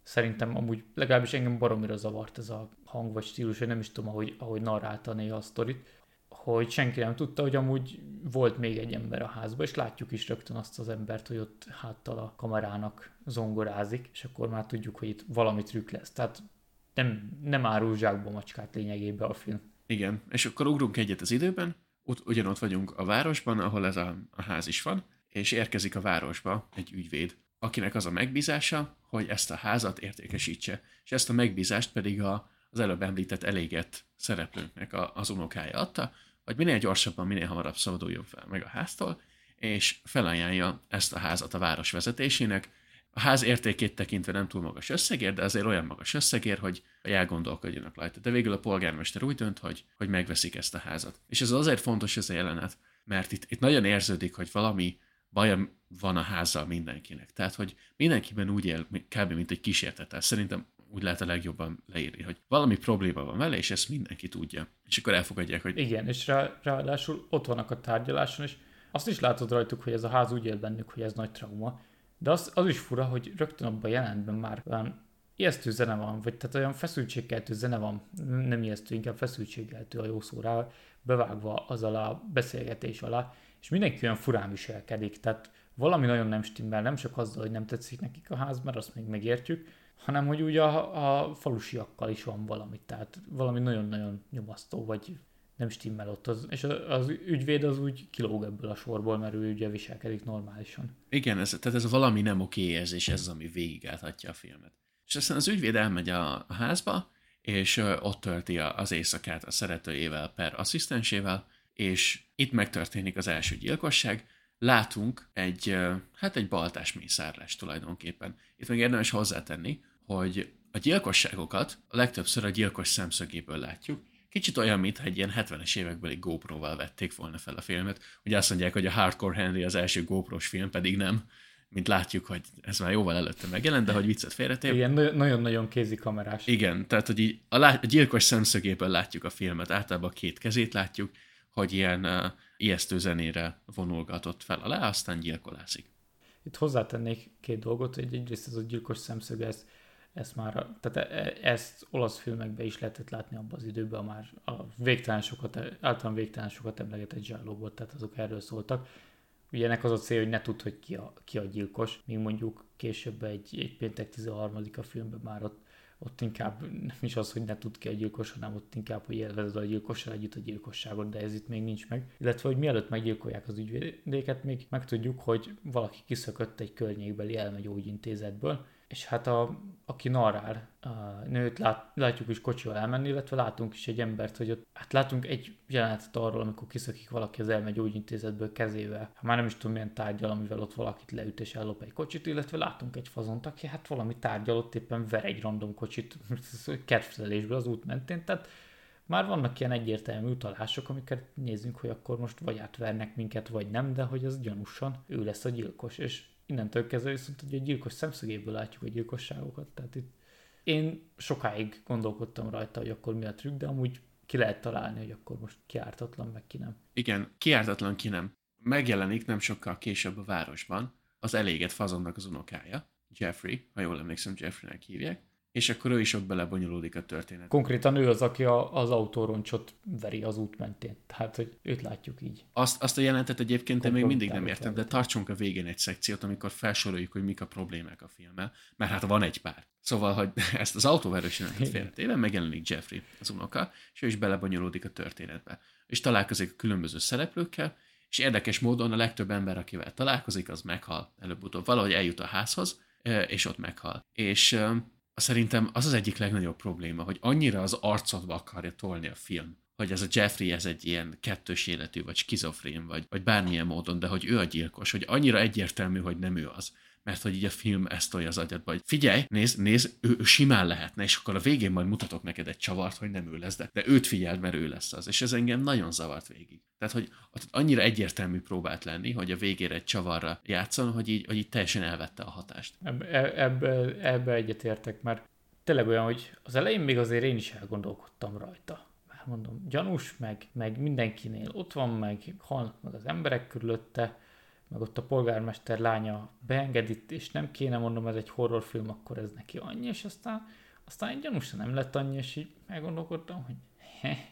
szerintem amúgy legalábbis engem baromira zavart ez a hang vagy stílus, hogy nem is tudom, ahogy, ahogy narrálta néha a sztorit, hogy senki nem tudta, hogy amúgy volt még egy ember a házban, és látjuk is rögtön azt az embert, hogy ott háttal a kamerának zongorázik, és akkor már tudjuk, hogy itt valami trükk lesz. Tehát nem, nem árul zsákba macskát lényegében a film. Igen, és akkor ugrunk egyet az időben, Ut- ugyanott vagyunk a városban, ahol ez a, a ház is van, és érkezik a városba egy ügyvéd, akinek az a megbízása, hogy ezt a házat értékesítse, és ezt a megbízást pedig a, az előbb említett elégett szereplőnknek a, az unokája adta, hogy minél gyorsabban, minél hamarabb szabaduljon fel meg a háztól, és felajánlja ezt a házat a város vezetésének. A ház értékét tekintve nem túl magas összegér, de azért olyan magas összegér, hogy elgondolkodjanak rajta. De végül a polgármester úgy dönt, hogy, hogy megveszik ezt a házat. És ez azért fontos ez a jelenet, mert itt, itt nagyon érződik, hogy valami baja van a házzal mindenkinek. Tehát, hogy mindenkiben úgy él, kb. Mint egy kísértetel. Szerintem úgy lehet a legjobban leírni, hogy valami probléma van vele, és ezt mindenki tudja. És akkor elfogadják, hogy... Igen, és rá, ráadásul ott vannak a tárgyaláson, és azt is látod rajtuk, hogy ez a ház úgy él bennük, hogy ez nagy trauma. De az, az is fura, hogy rögtön abban a jelentben már olyan ijesztő zene van, vagy tehát olyan feszültségkeltő zene van, nem ijesztő, inkább feszültségkeltő a jó szó rá, bevágva az alá, a beszélgetés alá, és mindenki olyan furán viselkedik, tehát valami nagyon nem stimmel, nem csak azzal, hogy nem tetszik nekik a ház, mert azt még megértjük, hanem hogy úgy a, a falusiakkal is van valami, tehát valami nagyon-nagyon nyomasztó, vagy nem stimmel ott. Az, és az ügyvéd az úgy kilóg ebből a sorból, mert ő ugye viselkedik normálisan. Igen, ez, tehát ez valami nem oké érzés, ez az, ami végigáthatja a filmet. És aztán az ügyvéd elmegy a, a házba, és ö, ott tölti a, az éjszakát a szeretőjével per asszisztensével, és itt megtörténik az első gyilkosság. Látunk egy, ö, hát egy baltás mészárlást tulajdonképpen. Itt meg érdemes hozzátenni, hogy a gyilkosságokat a legtöbbször a gyilkos szemszögéből látjuk. Kicsit olyan, mintha egy ilyen hetvenes évekbeli GoPro-val vették volna fel a filmet. Ugye azt mondják, hogy a Hardcore Henry az első GoPro-s film, pedig nem. Mint látjuk, hogy ez már jóval előtte megjelent, de hogy viccet félretér. Igen, nagyon-nagyon kézi kamerás. Igen, tehát hogy így a, lá- a gyilkos szemszögéből látjuk a filmet, általában a két kezét látjuk, hogy ilyen uh, ijesztő zenére vonulgatott fel alá, aztán gyilkolászik. Itt hozzátennék két dolgot, hogy egyrészt ez a gyilkos szemszög, ez ezt már, tehát ezt olasz filmekben is lehetett látni abban az időben, már a végtelen sokat, általán végtelen sokat emlegetett zsálóból, tehát azok erről szóltak. Ugye ennek az a cél, hogy ne tudd, hogy ki a, ki a gyilkos, míg mondjuk később egy, egy péntek tizenharmadika filmben már ott, ott inkább nem is az, hogy ne tudd ki a gyilkos, hanem ott inkább, hogy élvezed a gyilkossal együtt a gyilkosságot, de ez itt még nincs meg. Illetve, hogy mielőtt meggyilkolják az ügyvédéket, még megtudjuk, hogy valaki kiszökött egy környékbeli elmegyógyintézetből, és hát a, aki narrál, a nőt lát, látjuk is kocsival elmenni, illetve látunk is egy embert, hogy ott, hát látunk egy jelenetet arról, amikor kiszökik valaki az elmegyógyintézetből kezével. Már nem is tudom milyen tárgyal, amivel ott valakit leüt és ellop egy kocsit, illetve látunk egy fazont, aki hát valami tárgyal ott éppen ver egy random kocsit kedvtelésből az út mentén, tehát már vannak ilyen egyértelmű utalások, amiket nézzünk, hogy akkor most vagy átvernek minket, vagy nem, de hogy az gyanúsan ő lesz a gyilkos, és innentől kezdve viszont hogy a gyilkos szemszögéből látjuk a gyilkosságokat. Tehát itt én sokáig gondolkodtam rajta, hogy akkor mi a trükk, de amúgy ki lehet találni, hogy akkor most ki ártatlan, meg ki nem. Igen, ki ártatlan, ki nem. Megjelenik nem sokkal később a városban az elégett fazonnak az unokája, Jeffrey, ha jól emlékszem, Jeffreynek hívják, és akkor ő is ott belebonyolódik a történet. Konkrétan ő az, aki a, az autóroncsot veri az út mentén. Tehát, hogy őt látjuk így. Azt, azt a jelentet egyébként én még mindig nem értem, de tartsunk a végén egy szekciót, amikor felsoroljuk, hogy mik a problémák a filmmel, mert hát van egy pár. Szóval, hogy ezt az autóverős jelentet félretéve megjelenik Jeffrey, az unoka, és ő is belebonyolódik a történetbe. És találkozik a különböző szereplőkkel, és érdekes módon a legtöbb ember, akivel találkozik, az meghal előbb-utóbb. Valahogy eljut a házhoz, és ott meghal. És szerintem az az egyik legnagyobb probléma, hogy annyira az arcodba akarja tolni a film, hogy ez a Jeffrey, ez egy ilyen kettős életű, vagy skizofrén, vagy, vagy bármilyen módon, de hogy ő a gyilkos, hogy annyira egyértelmű, hogy nem ő az. Mert hogy így a film ezt tolja az agyadba, hogy figyelj, nézd, nézd, ő, ő simán lehetne, és akkor a végén majd mutatok neked egy csavart, hogy nem ő lesz, de, de őt figyeld, mert ő lesz az. És ez engem nagyon zavart végig. Tehát, hogy annyira egyértelmű próbált lenni, hogy a végére egy csavarra játszon, hogy így, hogy így teljesen elvette a hatást. Ebbe, ebbe, ebbe egyetértek, mert tényleg olyan, hogy az elején még azért én is elgondolkodtam rajta. Már mondom, gyanús, meg, meg mindenkinél ott van, meg halnak meg az emberek körülötte, meg ott a polgármester lánya beengedi, és nem kéne, mondom, ez egy horrorfilm, akkor ez neki annyi, és aztán, aztán egy gyanúsan nem lett annyi, és így meggondolkodtam, hogy he,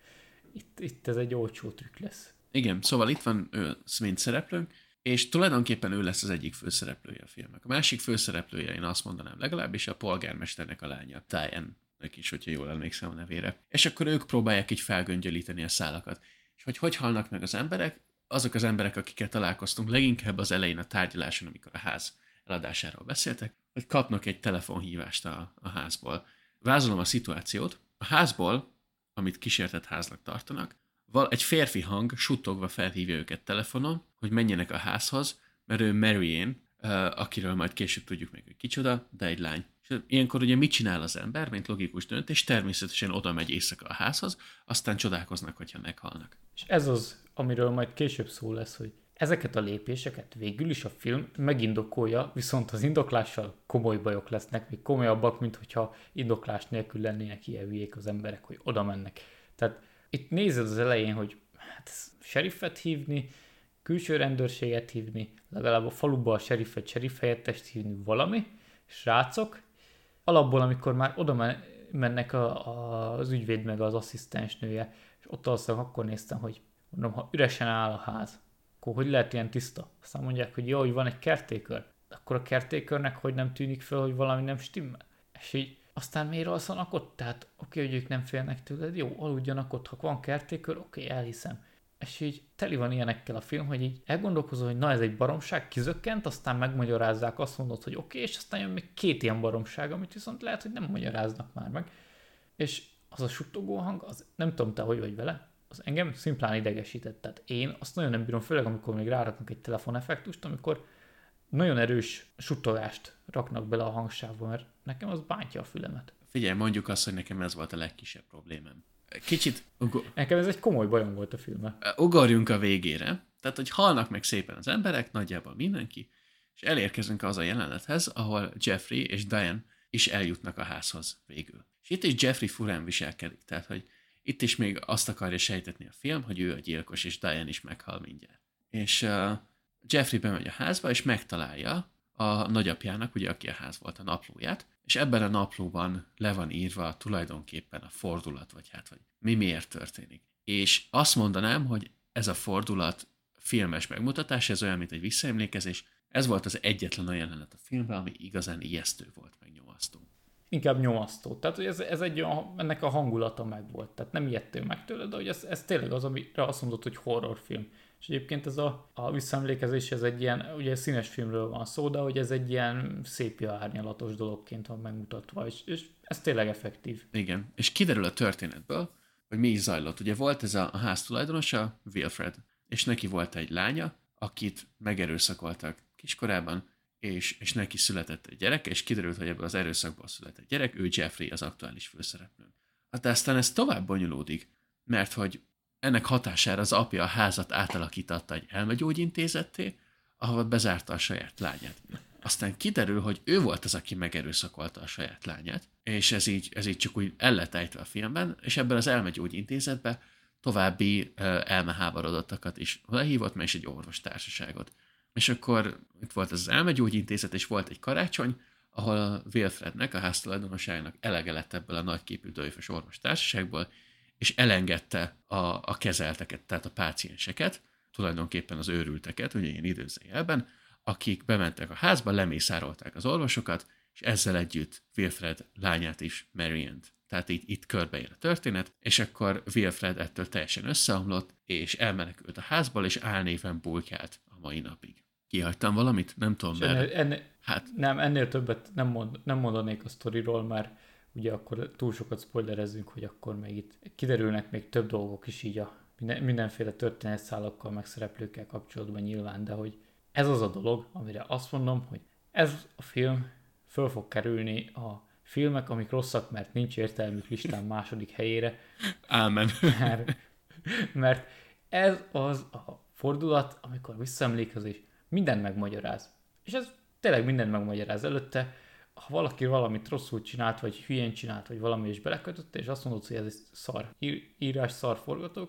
itt, itt ez egy olcsó trükk lesz. Igen, szóval itt van ő, mint szereplőnk, és tulajdonképpen ő lesz az egyik főszereplője a filmnek. A másik főszereplője, én azt mondanám legalábbis, a polgármesternek a lánya, Diane-nek is, hogyha jól emlékszem a nevére. És akkor ők próbálják így felgöngyölíteni a szálakat. És hogy hogy halnak meg az emberek? Azok az emberek, akikkel találkoztunk leginkább az elején a tárgyaláson, amikor a ház eladásáról beszéltek, hogy kapnak egy telefonhívást a, a házból. Vázolom a szituációt. A házból, amit kísértett háznak tartanak, egy férfi hang suttogva felhívja őket telefonon, hogy menjenek a házhoz, mert ő Marianne, akiről majd később tudjuk meg, hogy kicsoda, de egy lány. És ilyenkor ugye mit csinál az ember, mint logikus döntés? Természetesen oda megy éjszaka a házhoz, aztán csodálkoznak, hogyha meghalnak. És ez az, amiről majd később szó lesz, hogy ezeket a lépéseket végül is a film megindokolja, viszont az indoklással komoly bajok lesznek, még komolyabbak, mint hogyha indoklás nélkül lennének ilyen hülyék az emberek, hogy oda mennek. Tehát itt nézed az elején, hogy hát seriffet hívni, külső rendőrséget hívni, legalább a faluba a seriffet, seriff helyettest hívni, valami, srácok, alapból, amikor már oda mennek a, a, az ügyvéd meg az asszisztensnője, és ott alszak, akkor néztem, hogy mondom, ha üresen áll a ház, akkor hogy lehet ilyen tiszta? Aztán mondják, hogy jó, hogy van egy caretaker, akkor a caretakernek hogy nem tűnik fel, hogy valami nem stimmel? És így aztán miért alszanak ott? Tehát oké, hogy ők nem félnek tőled, jó, aludjanak ott, ha van caretaker, oké, elhiszem. És így teli van ilyenekkel a film, hogy így elgondolkozol, hogy na ez egy baromság, kizökkent, aztán megmagyarázzák, azt mondod, hogy oké, és aztán jön még két ilyen baromság, amit viszont lehet, hogy nem magyaráznak már meg. És az a suttogó hang, az nem tudom te, hogy vagy vele, az engem szimplán idegesített. Tehát én azt nagyon nem bírom, főleg amikor még ráraknak egy telefoneffektust, amikor nagyon erős suttogást raknak bele a hangsávba, mert nekem az bántja a fülemet. Figyelj, mondjuk azt, hogy nekem ez volt a legkisebb problémám. Kicsit... Ugor... Nekem ez egy komoly bajom volt a filme. Ugorjunk a végére. Tehát, hogy halnak meg szépen az emberek, nagyjából mindenki, és elérkezünk az a jelenethez, ahol Jeffrey és Diane is eljutnak a házhoz végül. És itt is Jeffrey furán viselkedik, tehát, hogy itt is még azt akarja sejtetni a film, hogy ő a gyilkos, és Diane is meghal mindjárt. És uh, Jeffrey bemegy a házba, és megtalálja a nagyapjának, ugye, aki a ház volt, a naplóját, és ebben a naplóban le van írva tulajdonképpen a fordulat, vagy hát, hogy mi miért történik. És azt mondanám, hogy ez a fordulat filmes megmutatás, ez olyan, mint egy visszaemlékezés, ez volt az egyetlen olyan jelenet a filmben, ami igazán ijesztő volt, meg nyomasztó. Inkább nyomasztó. Tehát hogy ez, ez egy olyan, ennek a hangulata meg volt. Tehát nem ijedtél meg tőle, de hogy ez, ez tényleg az, amire azt mondod, hogy horrorfilm. És egyébként ez a, a visszaemlékezés, ez egy ilyen, ugye színes filmről van szó, de hogy ez egy ilyen szépia árnyalatos dologként van megmutatva, és, és ez tényleg effektív. Igen, és kiderül a történetből, hogy mi is zajlott. Ugye volt ez a, a ház tulajdonosa, Wilfred, és neki volt egy lánya, akit megerőszakoltak kiskorában, és, és neki született egy gyerek, és kiderült, hogy ebből az erőszakból született gyerek, ő Jeffrey, az aktuális főszereplő. Hát aztán ez tovább bonyolódik, mert hogy ennek hatására az apja a házat átalakította egy elmegyógyintézetté, ahol bezárta a saját lányát. Aztán kiderül, hogy ő volt az, aki megerőszakolta a saját lányát, és ez így, ez így csak úgy el lett ejtve a filmben, és ebben az elmegyógyintézetben további uh, elmeháborodottakat is lehívott, mert is egy orvostársaságot. És akkor itt volt ez az elmegyógyintézet, és volt egy karácsony, ahol a Wilfrednek, a háztulajdonosának elege lett ebből a nagyképű döjfös orvostársaságból, és elengedte a, a kezelteket, tehát a pácienseket, tulajdonképpen az őrülteket, ugye ilyen időzőjelben, akik bementek a házba, lemészárolták az orvosokat, és ezzel együtt Wilfred lányát is, Marianne-t. Tehát itt, itt körbeér a történet, és akkor Wilfred ettől teljesen összeomlott, és elmenekült a házból, és álnéven bulkált a mai napig. Kihagytam valamit? Nem tudom, mert... Ennél, ennél, hát... Nem, ennél többet nem, mond, nem mondanék a sztoriról, mert ugye akkor túl sokat spoilerezzünk, hogy akkor még itt kiderülnek még több dolgok is így a minden, mindenféle történetszálakkal, meg szereplőkkel kapcsolatban nyilván, de hogy ez az a dolog, amire azt mondom, hogy ez a film föl fog kerülni a filmek, amik rosszak, mert nincs értelmük listán második helyére. Ámen. Mert, mert ez az a fordulat, amikor visszaemlékezés mindent megmagyaráz. És ez tényleg mindent megmagyaráz előtte. Ha valaki valamit rosszul csinált, vagy hülyén csinált, vagy valami is belekötötte, és azt mondod, hogy ez egy szar ír, írás, szar forgatókönyv,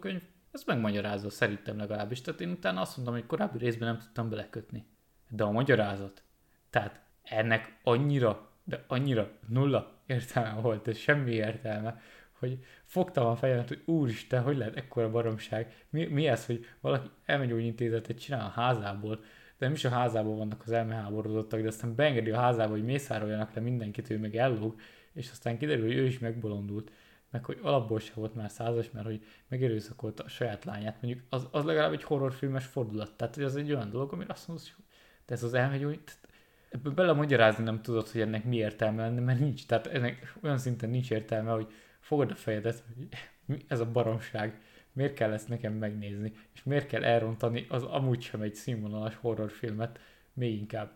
Ez megmagyarázza szerintem legalábbis. Tehát én utána azt mondtam, hogy korábbi részben nem tudtam belekötni. De a magyarázat. Tehát ennek annyira, de annyira nulla értelme volt, és semmi értelme, hogy fogtam a fejemet, hogy úristen, hogy lehet ekkora baromság? Mi, mi ez, hogy valaki elmegyógyintézetet csinál a házából, de nem is a házában vannak az elmeháborodottak, de aztán beengedi a házába, hogy mészároljanak le mindenkit, ő meg ellóg, és aztán kiderül, hogy ő is megbolondult, meg hogy alapból se volt már százas, mert hogy megerőszakolta a saját lányát. Mondjuk az, az legalább egy horrorfilmes fordulat, tehát hogy az egy olyan dolog, amire azt mondod, hogy de ez az elmegyógyintézet, ebből bele magyarázni nem tudod, hogy ennek mi értelme lenne, mert nincs. Tehát ennek olyan szinten nincs értelme, hogy fogod a fejedet, hogy mi ez a baromság, miért kell ezt nekem megnézni, és miért kell elrontani az amúgy sem egy színvonalas horrorfilmet, még inkább.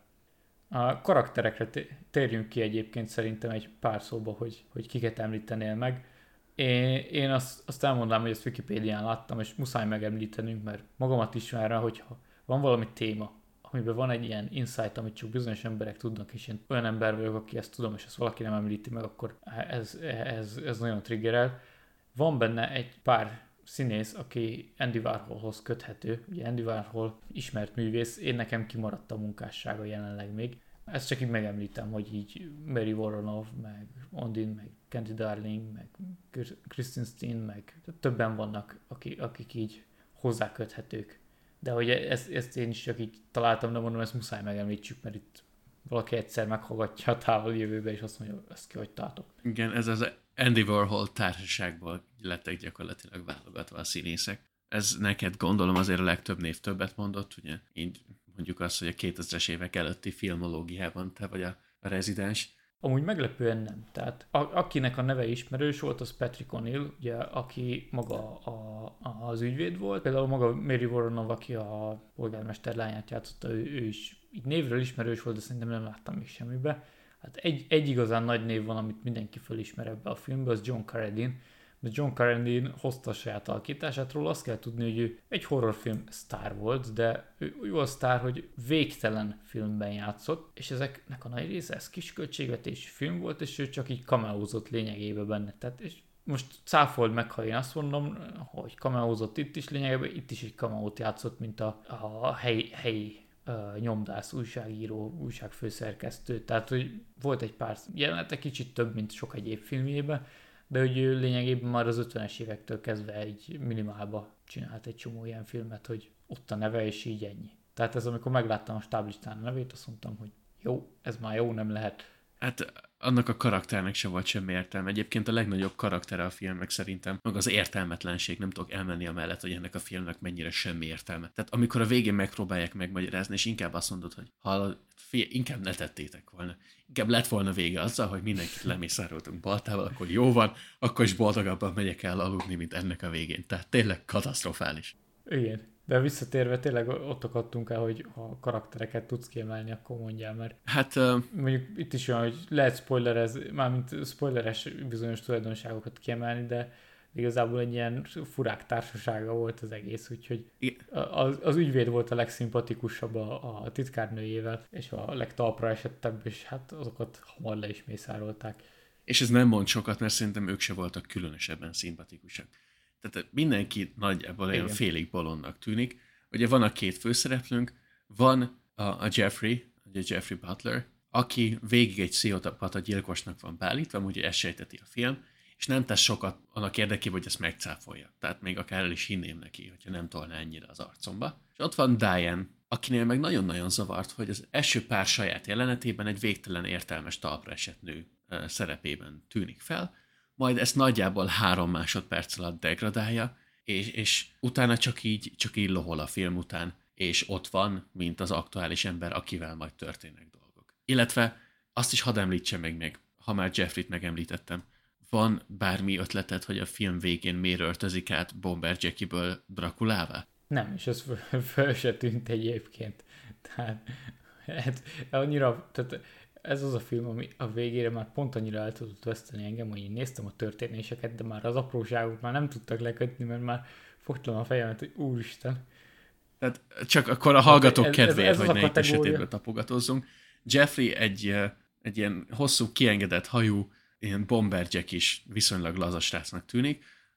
A karakterekre térjünk ki egyébként szerintem egy pár szóba, hogy, hogy kiket említenél meg. Én, én azt, azt elmondanám, hogy ezt Wikipédián láttam, és muszáj megemlítenünk, mert magamat is már rá, hogyha van valami téma, amiben van egy ilyen insight, amit csak bizonyos emberek tudnak, és én olyan ember vagyok, aki ezt tudom, és ezt valaki nem említi meg, akkor ez, ez, ez nagyon triggerel. Van benne egy pár színész, aki Andy Warholhoz köthető. Ugye Andy Warhol ismert művész, én nekem kimaradt a munkássága jelenleg még. Ezt csak így megemlítem, hogy így Mary Woronov, meg Ondine, meg Candy Darling, meg Kristen Steen, meg többen vannak, akik, akik így hozzáköthetők. De hogy ezt, ezt én is csak így találtam, de mondom, ezt muszáj megemlítsük, mert itt valaki egyszer meghallgatja a távoli jövőbe, és azt mondja, ezt kihagytátok. Igen, ez az Andy Warhol társaságból lettek gyakorlatilag válogatva a színészek. Ez neked gondolom azért a legtöbb név többet mondott, ugye? Így mondjuk azt, hogy a kétezres évek előtti filmológiában te vagy a rezidens. Amúgy meglepően nem. Tehát a, akinek a neve ismerős volt, az Patrick O'Neill, ugye, aki maga a, a, az ügyvéd volt. Például maga Mary Woronov, aki a polgármester lányát játszotta, ő, ő is így névről ismerős volt, de szerintem nem láttam még semmibe. Hát egy, egy igazán nagy név van, amit mindenki fölismer ebbe a filmbe, az John Carradine. De John Carradine hozta a saját alakítását, róla azt kell tudni, hogy ő egy horrorfilm sztár volt, de ő jó sztár, hogy végtelen filmben játszott, és ezeknek a nagy része, ez kis költségvetési film volt, és ő csak így cameózott lényegében benne. Tehát, és most cáfold meg, ha én azt mondom, hogy cameózott itt is lényegében, itt is egy cameót játszott, mint a, a helyi, helyi uh, nyomdász, újságíró, újságfőszerkesztő. Tehát, hogy volt egy pár jelenete, kicsit több, mint sok egyéb filmjében, de hogy ő lényegében már az ötvenes évektől kezdve egy minimálba csinált egy csomó ilyen filmet, hogy ott a neve, és így ennyi. Tehát ez, amikor megláttam a stáblistán a nevét, azt mondtam, hogy jó, ez már jó, nem lehet. Hát annak a karakternek sem volt semmi értelme. Egyébként a legnagyobb karaktere a filmnek szerintem, meg az értelmetlenség, nem tudok elmenni amellett, hogy ennek a filmnek mennyire semmi értelme. Tehát amikor a végén megpróbálják megmagyarázni, és inkább azt mondod, hogy hallod, figyelj, inkább ne tettétek volna. Inkább lett volna vége azzal, hogy mindenkit lemészároltunk baltával, akkor jó van, akkor is boldogabban megyek el aludni, mint ennek a végén. Tehát tényleg katasztrofális. Igen. De visszatérve tényleg ott akadtunk el, hogy ha karaktereket tudsz kiemelni, akkor mondjál, mert hát, uh... mondjuk itt is olyan, hogy lehet spoilerez, mármint spoileres bizonyos tulajdonságokat kiemelni, de igazából egy ilyen furák társasága volt az egész, úgyhogy az, az ügyvéd volt a legszimpatikusabb a, a titkárnőjével, és a legtalpra esettebb, és hát azokat hamar le is mészárolták. És ez nem mond sokat, mert szerintem ők se voltak különösebben szimpatikusak. Tehát mindenki nagyjából olyan félig bolondnak tűnik. Ugye van a két főszereplőnk, van a, a Jeffrey, ugye Jeffrey Butler, aki végig egy pszichopata gyilkosnak van beállítva, ugye ezt sejteti a film, és nem tesz sokat annak érdekében, hogy ezt megcáfolja. Tehát még akár el is hinném neki, hogyha nem tolna ennyire az arcomba. És ott van Diane, akinél meg nagyon-nagyon zavart, hogy az első pár saját jelenetében egy végtelen értelmes talpra esett nő szerepében tűnik fel, majd ezt nagyjából három másodperc alatt degradálja, és, és utána csak így, csak így lohol a film után, és ott van, mint az aktuális ember, akivel majd történnek dolgok. Illetve azt is hadd említse meg még, ha már Jeffrey-t megemlítettem, van bármi ötleted, hogy a film végén miért öltözik át Bomber Jackie-ből Draculává? Nem, és ez föl, föl se tűnt egyébként. Tehát hát, annyira... Tehát, ez az a film, ami a végére már pont annyira el tudott veszteni engem, hogy én néztem a történéseket, de már az apróságok már nem tudtak lekötni, mert már fogtam a fejemet, hogy úristen. Tehát csak akkor a hallgatók ez, kedvéért, ez, ez hogy ne itt esetéből tapogatózzunk. Jeffrey egy, egy ilyen hosszú, kiengedett hajú, ilyen bomberjack is viszonylag laza srácnak tűnik,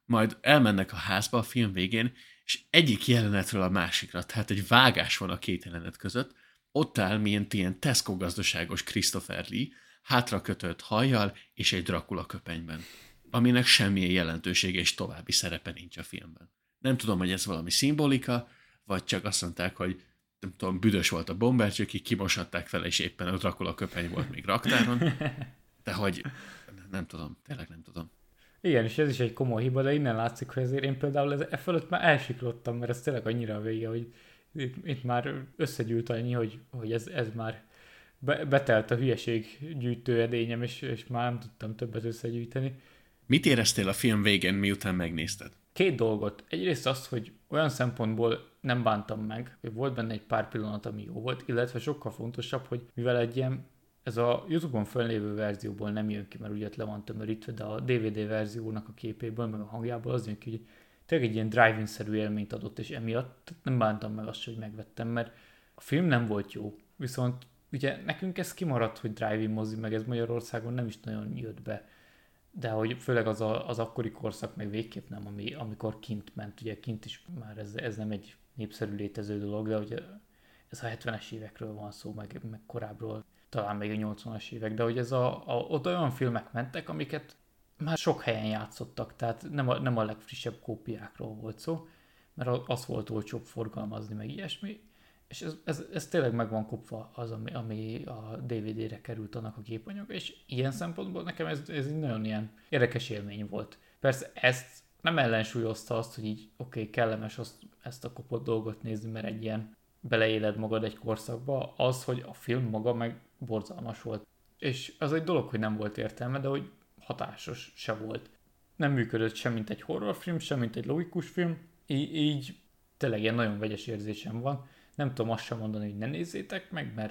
majd elmennek a házba a film végén, és egyik jelenetről a másikra, tehát egy vágás van a két jelenet között, ott áll, mint ilyen Tesco gazdaságos Christopher Lee, hátrakötött hajjal és egy Dracula köpenyben, aminek semmilyen jelentősége és további szerepe nincs a filmben. Nem tudom, hogy ez valami szimbolika, vagy csak azt mondták, hogy nem tudom, büdös volt a bombercsőkig, kimosatták fel, és éppen a Dracula köpeny volt még raktáron, de hogy nem tudom, tényleg nem tudom. Igen, és ez is egy komoly hiba, de innen látszik, hogy ezért én például ez, e fölött már elsiklottam, mert ez tényleg annyira a vége, hogy itt, itt már összegyűlt annyi, hogy, hogy ez, ez már be, betelt a hülyeség gyűjtő edényem, és, és már nem tudtam többet összegyűjteni. Mit éreztél a film végén, miután megnézted? Két dolgot. Egyrészt az, hogy olyan szempontból nem bántam meg, hogy volt benne egy pár pillanat, ami jó volt, illetve sokkal fontosabb, hogy mivel egy ilyen, ez a YouTube-on föllévő verzióból nem jön ki, mert ugye le van tömörítve, de a dé vé dé verziónak a képéből, meg a hangjából az jön ki, hogy tényleg egy ilyen drive-in-szerű élményt adott, és emiatt nem bántam meg azt, hogy megvettem, mert a film nem volt jó. Viszont ugye nekünk ez kimaradt, hogy drive-in mozi, meg ez Magyarországon nem is nagyon jött be. De hogy főleg az, a, az akkori korszak meg végképp nem, ami, amikor kint ment, ugye kint is már ez, ez nem egy népszerű létező dolog, de ugye ez a hetvenes évekről van szó, meg, meg korábbról, talán még a nyolcvanas évek, de hogy ez a, a, ott olyan filmek mentek, amiket már sok helyen játszottak, tehát nem a, nem a legfrissebb kópiákról volt szó, mert az volt olcsóbb forgalmazni, meg ilyesmi, és ez, ez, ez tényleg meg van kopva az, ami, ami a dé vé dére került annak a képanyag, és ilyen szempontból nekem ez, ez egy nagyon ilyen érdekes élmény volt. Persze ezt nem ellensúlyozta azt, hogy így oké, okay, kellemes azt, ezt a kopott dolgot nézni, mert egy ilyen beleéled magad egy korszakba, az, hogy a film maga meg borzalmas volt. És az egy dolog, hogy nem volt értelme, de hogy hatásos se volt. Nem működött sem, mint egy horrorfilm, sem, mint egy logikus film, így, így tényleg ilyen nagyon vegyes érzésem van. Nem tudom azt sem mondani, hogy ne nézzétek meg, mert,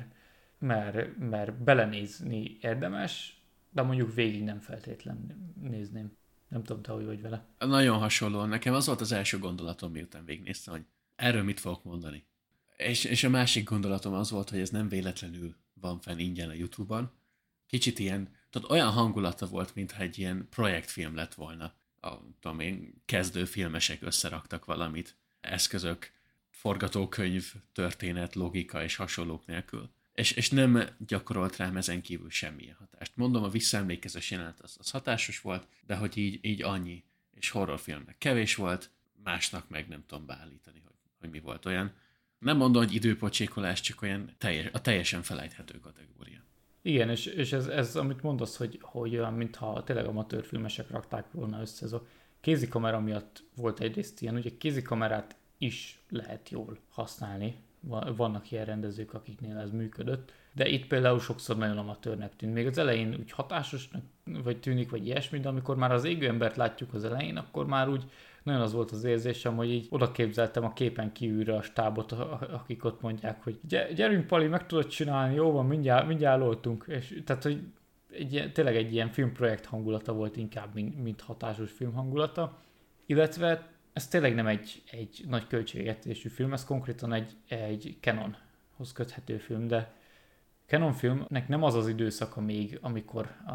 mert, mert belenézni érdemes, de mondjuk végig nem feltétlen nézném. Nem tudom, te hogy vagy vele. Nagyon hasonló. Nekem az volt az első gondolatom, miután végignéztem, hogy erről mit fogok mondani. És, és a másik gondolatom az volt, hogy ez nem véletlenül van fenn ingyen a YouTube-on. Kicsit ilyen, tehát olyan hangulata volt, mintha egy ilyen projektfilm lett volna. A, tudom én, kezdőfilmesek összeraktak valamit, eszközök, forgatókönyv, történet, logika és hasonlók nélkül. És, és nem gyakorolt rám ezen kívül semmilyen hatást. Mondom, a visszaemlékezés jelenet az, az hatásos volt, de hogy így, így annyi. És horrorfilmnek kevés volt, másnak meg nem tudom beállítani, hogy, hogy mi volt olyan. Nem mondom, hogy időpocsékolás, csak olyan teljes, a teljesen felejthető kategória. Igen, és, és ez, ez, amit mondasz, hogy, hogy olyan, mintha tényleg amatőrfilmesek rakták volna össze, ez a kézikamera miatt volt egyrészt ilyen, ugye kézikamerát is lehet jól használni, vannak ilyen rendezők, akiknél ez működött, de itt például sokszor nagyon amatőrnek tűnt. Még az elején úgy hatásosnak vagy tűnik, vagy ilyesmi, de amikor már az égő embert látjuk az elején, akkor már úgy nagyon az volt az érzésem, hogy így oda képzeltem a képen kívülre a stábot, akik ott mondják, hogy gyerünk Pali, meg tudod csinálni, jó van, mindjárt, mindjárt loltunk. És, tehát, hogy egy, tényleg egy ilyen filmprojekt hangulata volt inkább, mint, mint hatásos film hangulata. Illetve ez tényleg nem egy, egy nagy költségvetésű film, ez konkrétan egy, egy Canonhoz köthető film, de Canon filmnek nem az az időszaka még, amikor a,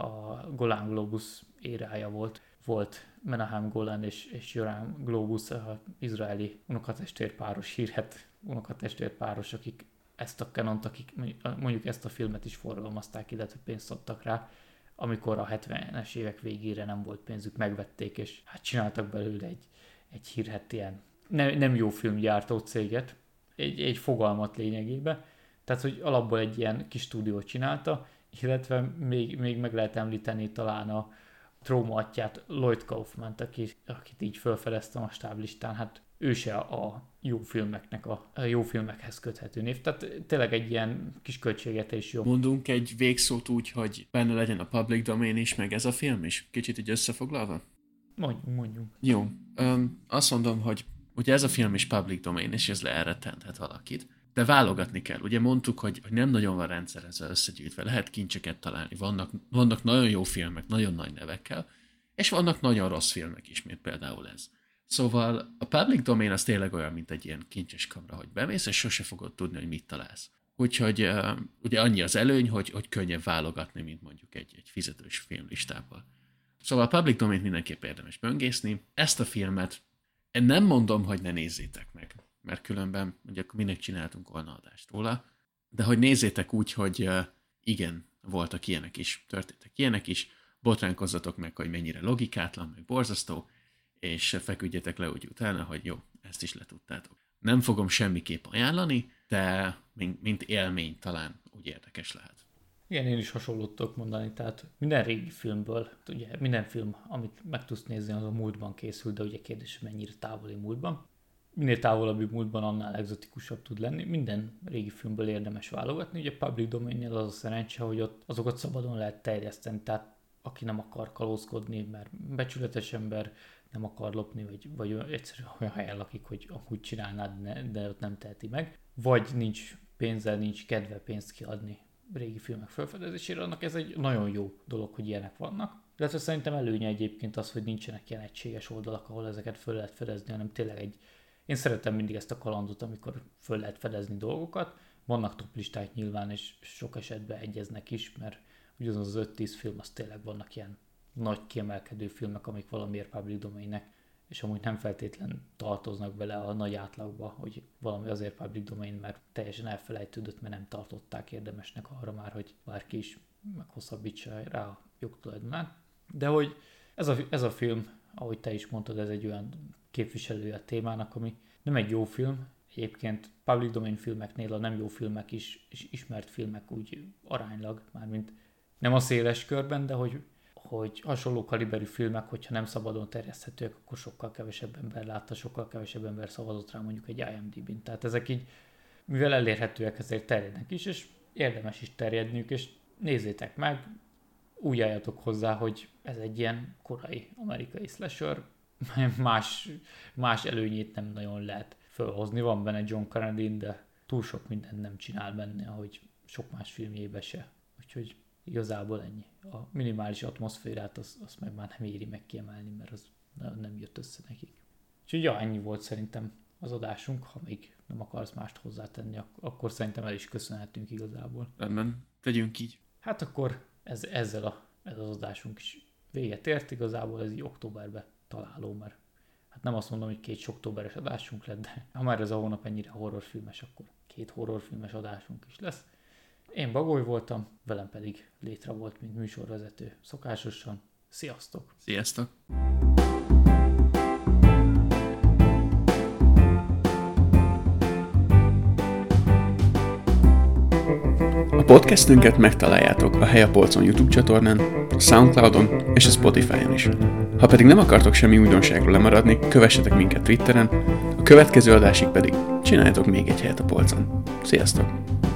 a Golan Globus érája volt. Volt Menahem Golan és, és Joram Globus, az izraeli unokatestvérpáros, hírhedt unokatestvérpáros, akik ezt a Canont, akik mondjuk ezt a filmet is forgalmazták, illetve pénzt adtak rá, amikor a hetvenes évek végére nem volt pénzük, megvették, és hát csináltak belőle egy, egy hírhedt ilyen nem, nem jó filmgyártó céget, egy, egy fogalmat lényegében, tehát hogy alapból egy ilyen kis stúdiót csinálta, illetve még, még meg lehet említeni talán a Trauma atyját, Lloyd Kaufmant, aki, akit így felfedeztem a stáblistán, hát ő se a jó filmeknek, a, a jó filmekhez köthető név. Tehát tényleg egy ilyen kis költségvetés jó. Mondunk egy végszót úgy, hogy benne legyen a public domain is, meg ez a film is? Kicsit így összefoglalva? Mondjunk, mondjunk. Jó. Um, azt mondom, hogy ugye ez a film is public domain, és ez leelrettenthet valakit. De válogatni kell. Ugye mondtuk, hogy, hogy nem nagyon van rendszerezve, összegyűjtve. Lehet kincseket találni. Vannak, vannak nagyon jó filmek, nagyon nagy nevekkel, és vannak nagyon rossz filmek is, mint például ez. Szóval a public domain az tényleg olyan, mint egy ilyen kincses kamra, hogy bemész, és sose fogod tudni, hogy mit találsz. Úgyhogy uh, ugye annyi az előny, hogy, hogy könnyebb válogatni, mint mondjuk egy, egy fizetős filmlistával. Szóval a Public Domain mindenképp érdemes böngészni. Ezt a filmet nem mondom, hogy ne nézzétek meg, mert különben ugye akkor minek csináltunk volna adást róla, de hogy nézzétek úgy, hogy igen, voltak ilyenek is, történtek ilyenek is, botránkozzatok meg, hogy mennyire logikátlan, meg borzasztó, és feküdjetek le úgy utána, hogy jó, ezt is letudtátok. Nem fogom semmiképp ajánlani, de mint, mint élmény talán úgy érdekes lehet. Igen, én is hasonlót tudok mondani, tehát minden régi filmből, ugye minden film, amit meg tudsz nézni, az a múltban készül, de ugye kérdés, hogy mennyire távoli múltban. Minél távolabbi múltban, annál egzotikusabb tud lenni. Minden régi filmből érdemes válogatni. Ugye Public Domain-nél az a szerencse, hogy ott azokat szabadon lehet terjeszteni, tehát aki nem akar kalózkodni, mert becsületes ember, nem akar lopni, vagy, vagy egyszerűen olyan helyen lakik, hogy amúgy csinálnád, de ott nem teheti meg. Vagy nincs pénzzel, nincs kedve pénzt kiadni régi filmek felfedezésére, annak ez egy nagyon jó dolog, hogy ilyenek vannak. Illetve szerintem előnye egyébként az, hogy nincsenek ilyen egységes oldalak, ahol ezeket föl lehet fedezni, hanem tényleg egy... Én szeretem mindig ezt a kalandot, amikor föl lehet fedezni dolgokat. Vannak toplisták nyilván, és sok esetben egyeznek is, mert ugyanaz az öt-tíz film, az tényleg vannak ilyen nagy kiemelkedő filmek, amik valamiért Public Domainnek, és amúgy nem feltétlen tartoznak bele a nagy átlagba, hogy valami azért Public Domain, mert teljesen elfelejtődött, mert nem tartották érdemesnek arra már, hogy bárki is meghosszabbítsa rá a jogtulajdonát. De hogy ez a, ez a film, ahogy te is mondtad, ez egy olyan képviselője a témának, ami nem egy jó film. Egyébként Public Domain filmeknél a nem jó filmek is, is ismert filmek úgy aránylag, mármint nem a széles körben, de hogy hogy hasonló kaliberű filmek, hogyha nem szabadon terjeszthetőek, akkor sokkal kevesebb ember látta, sokkal kevesebb ember szavazott rá mondjuk egy IMDb-n. Tehát ezek így, mivel elérhetőek, ezért terjednek is, és érdemes is terjedniük, és nézzétek meg, úgy álljatok hozzá, hogy ez egy ilyen korai amerikai slasher, más, más előnyét nem nagyon lehet felhozni. Van benne John Carradine, de túl sok mindent nem csinál benne, ahogy sok más filmjében se. Úgyhogy igazából ennyi. A minimális atmoszférát azt az meg már nem éri meg kiemelni, mert az nem jött össze nekik. Úgyhogy ja, ennyi volt szerintem az adásunk, ha még nem akarsz mást hozzátenni, akkor szerintem el is köszönhetünk igazából. Rendben, tegyünk így. Hát akkor ez, ezzel a, ez az adásunk is véget ért, igazából ez így októberben találó, mert hát nem azt mondom, hogy két októberes adásunk lett, de ha már ez a hónap ennyire horrorfilmes, akkor két horrorfilmes adásunk is lesz. Én Bagoly voltam, velem pedig Létre volt, mint műsorvezető szokásosan. Sziasztok! Sziasztok! A podcastünket megtaláljátok a Hely a Polcon YouTube csatornán, a Soundcloudon és a Spotify-on is. Ha pedig nem akartok semmi újdonságról lemaradni, kövessetek minket Twitteren, a következő adásig pedig csináljatok még egy Helyet a Polcon. Sziasztok!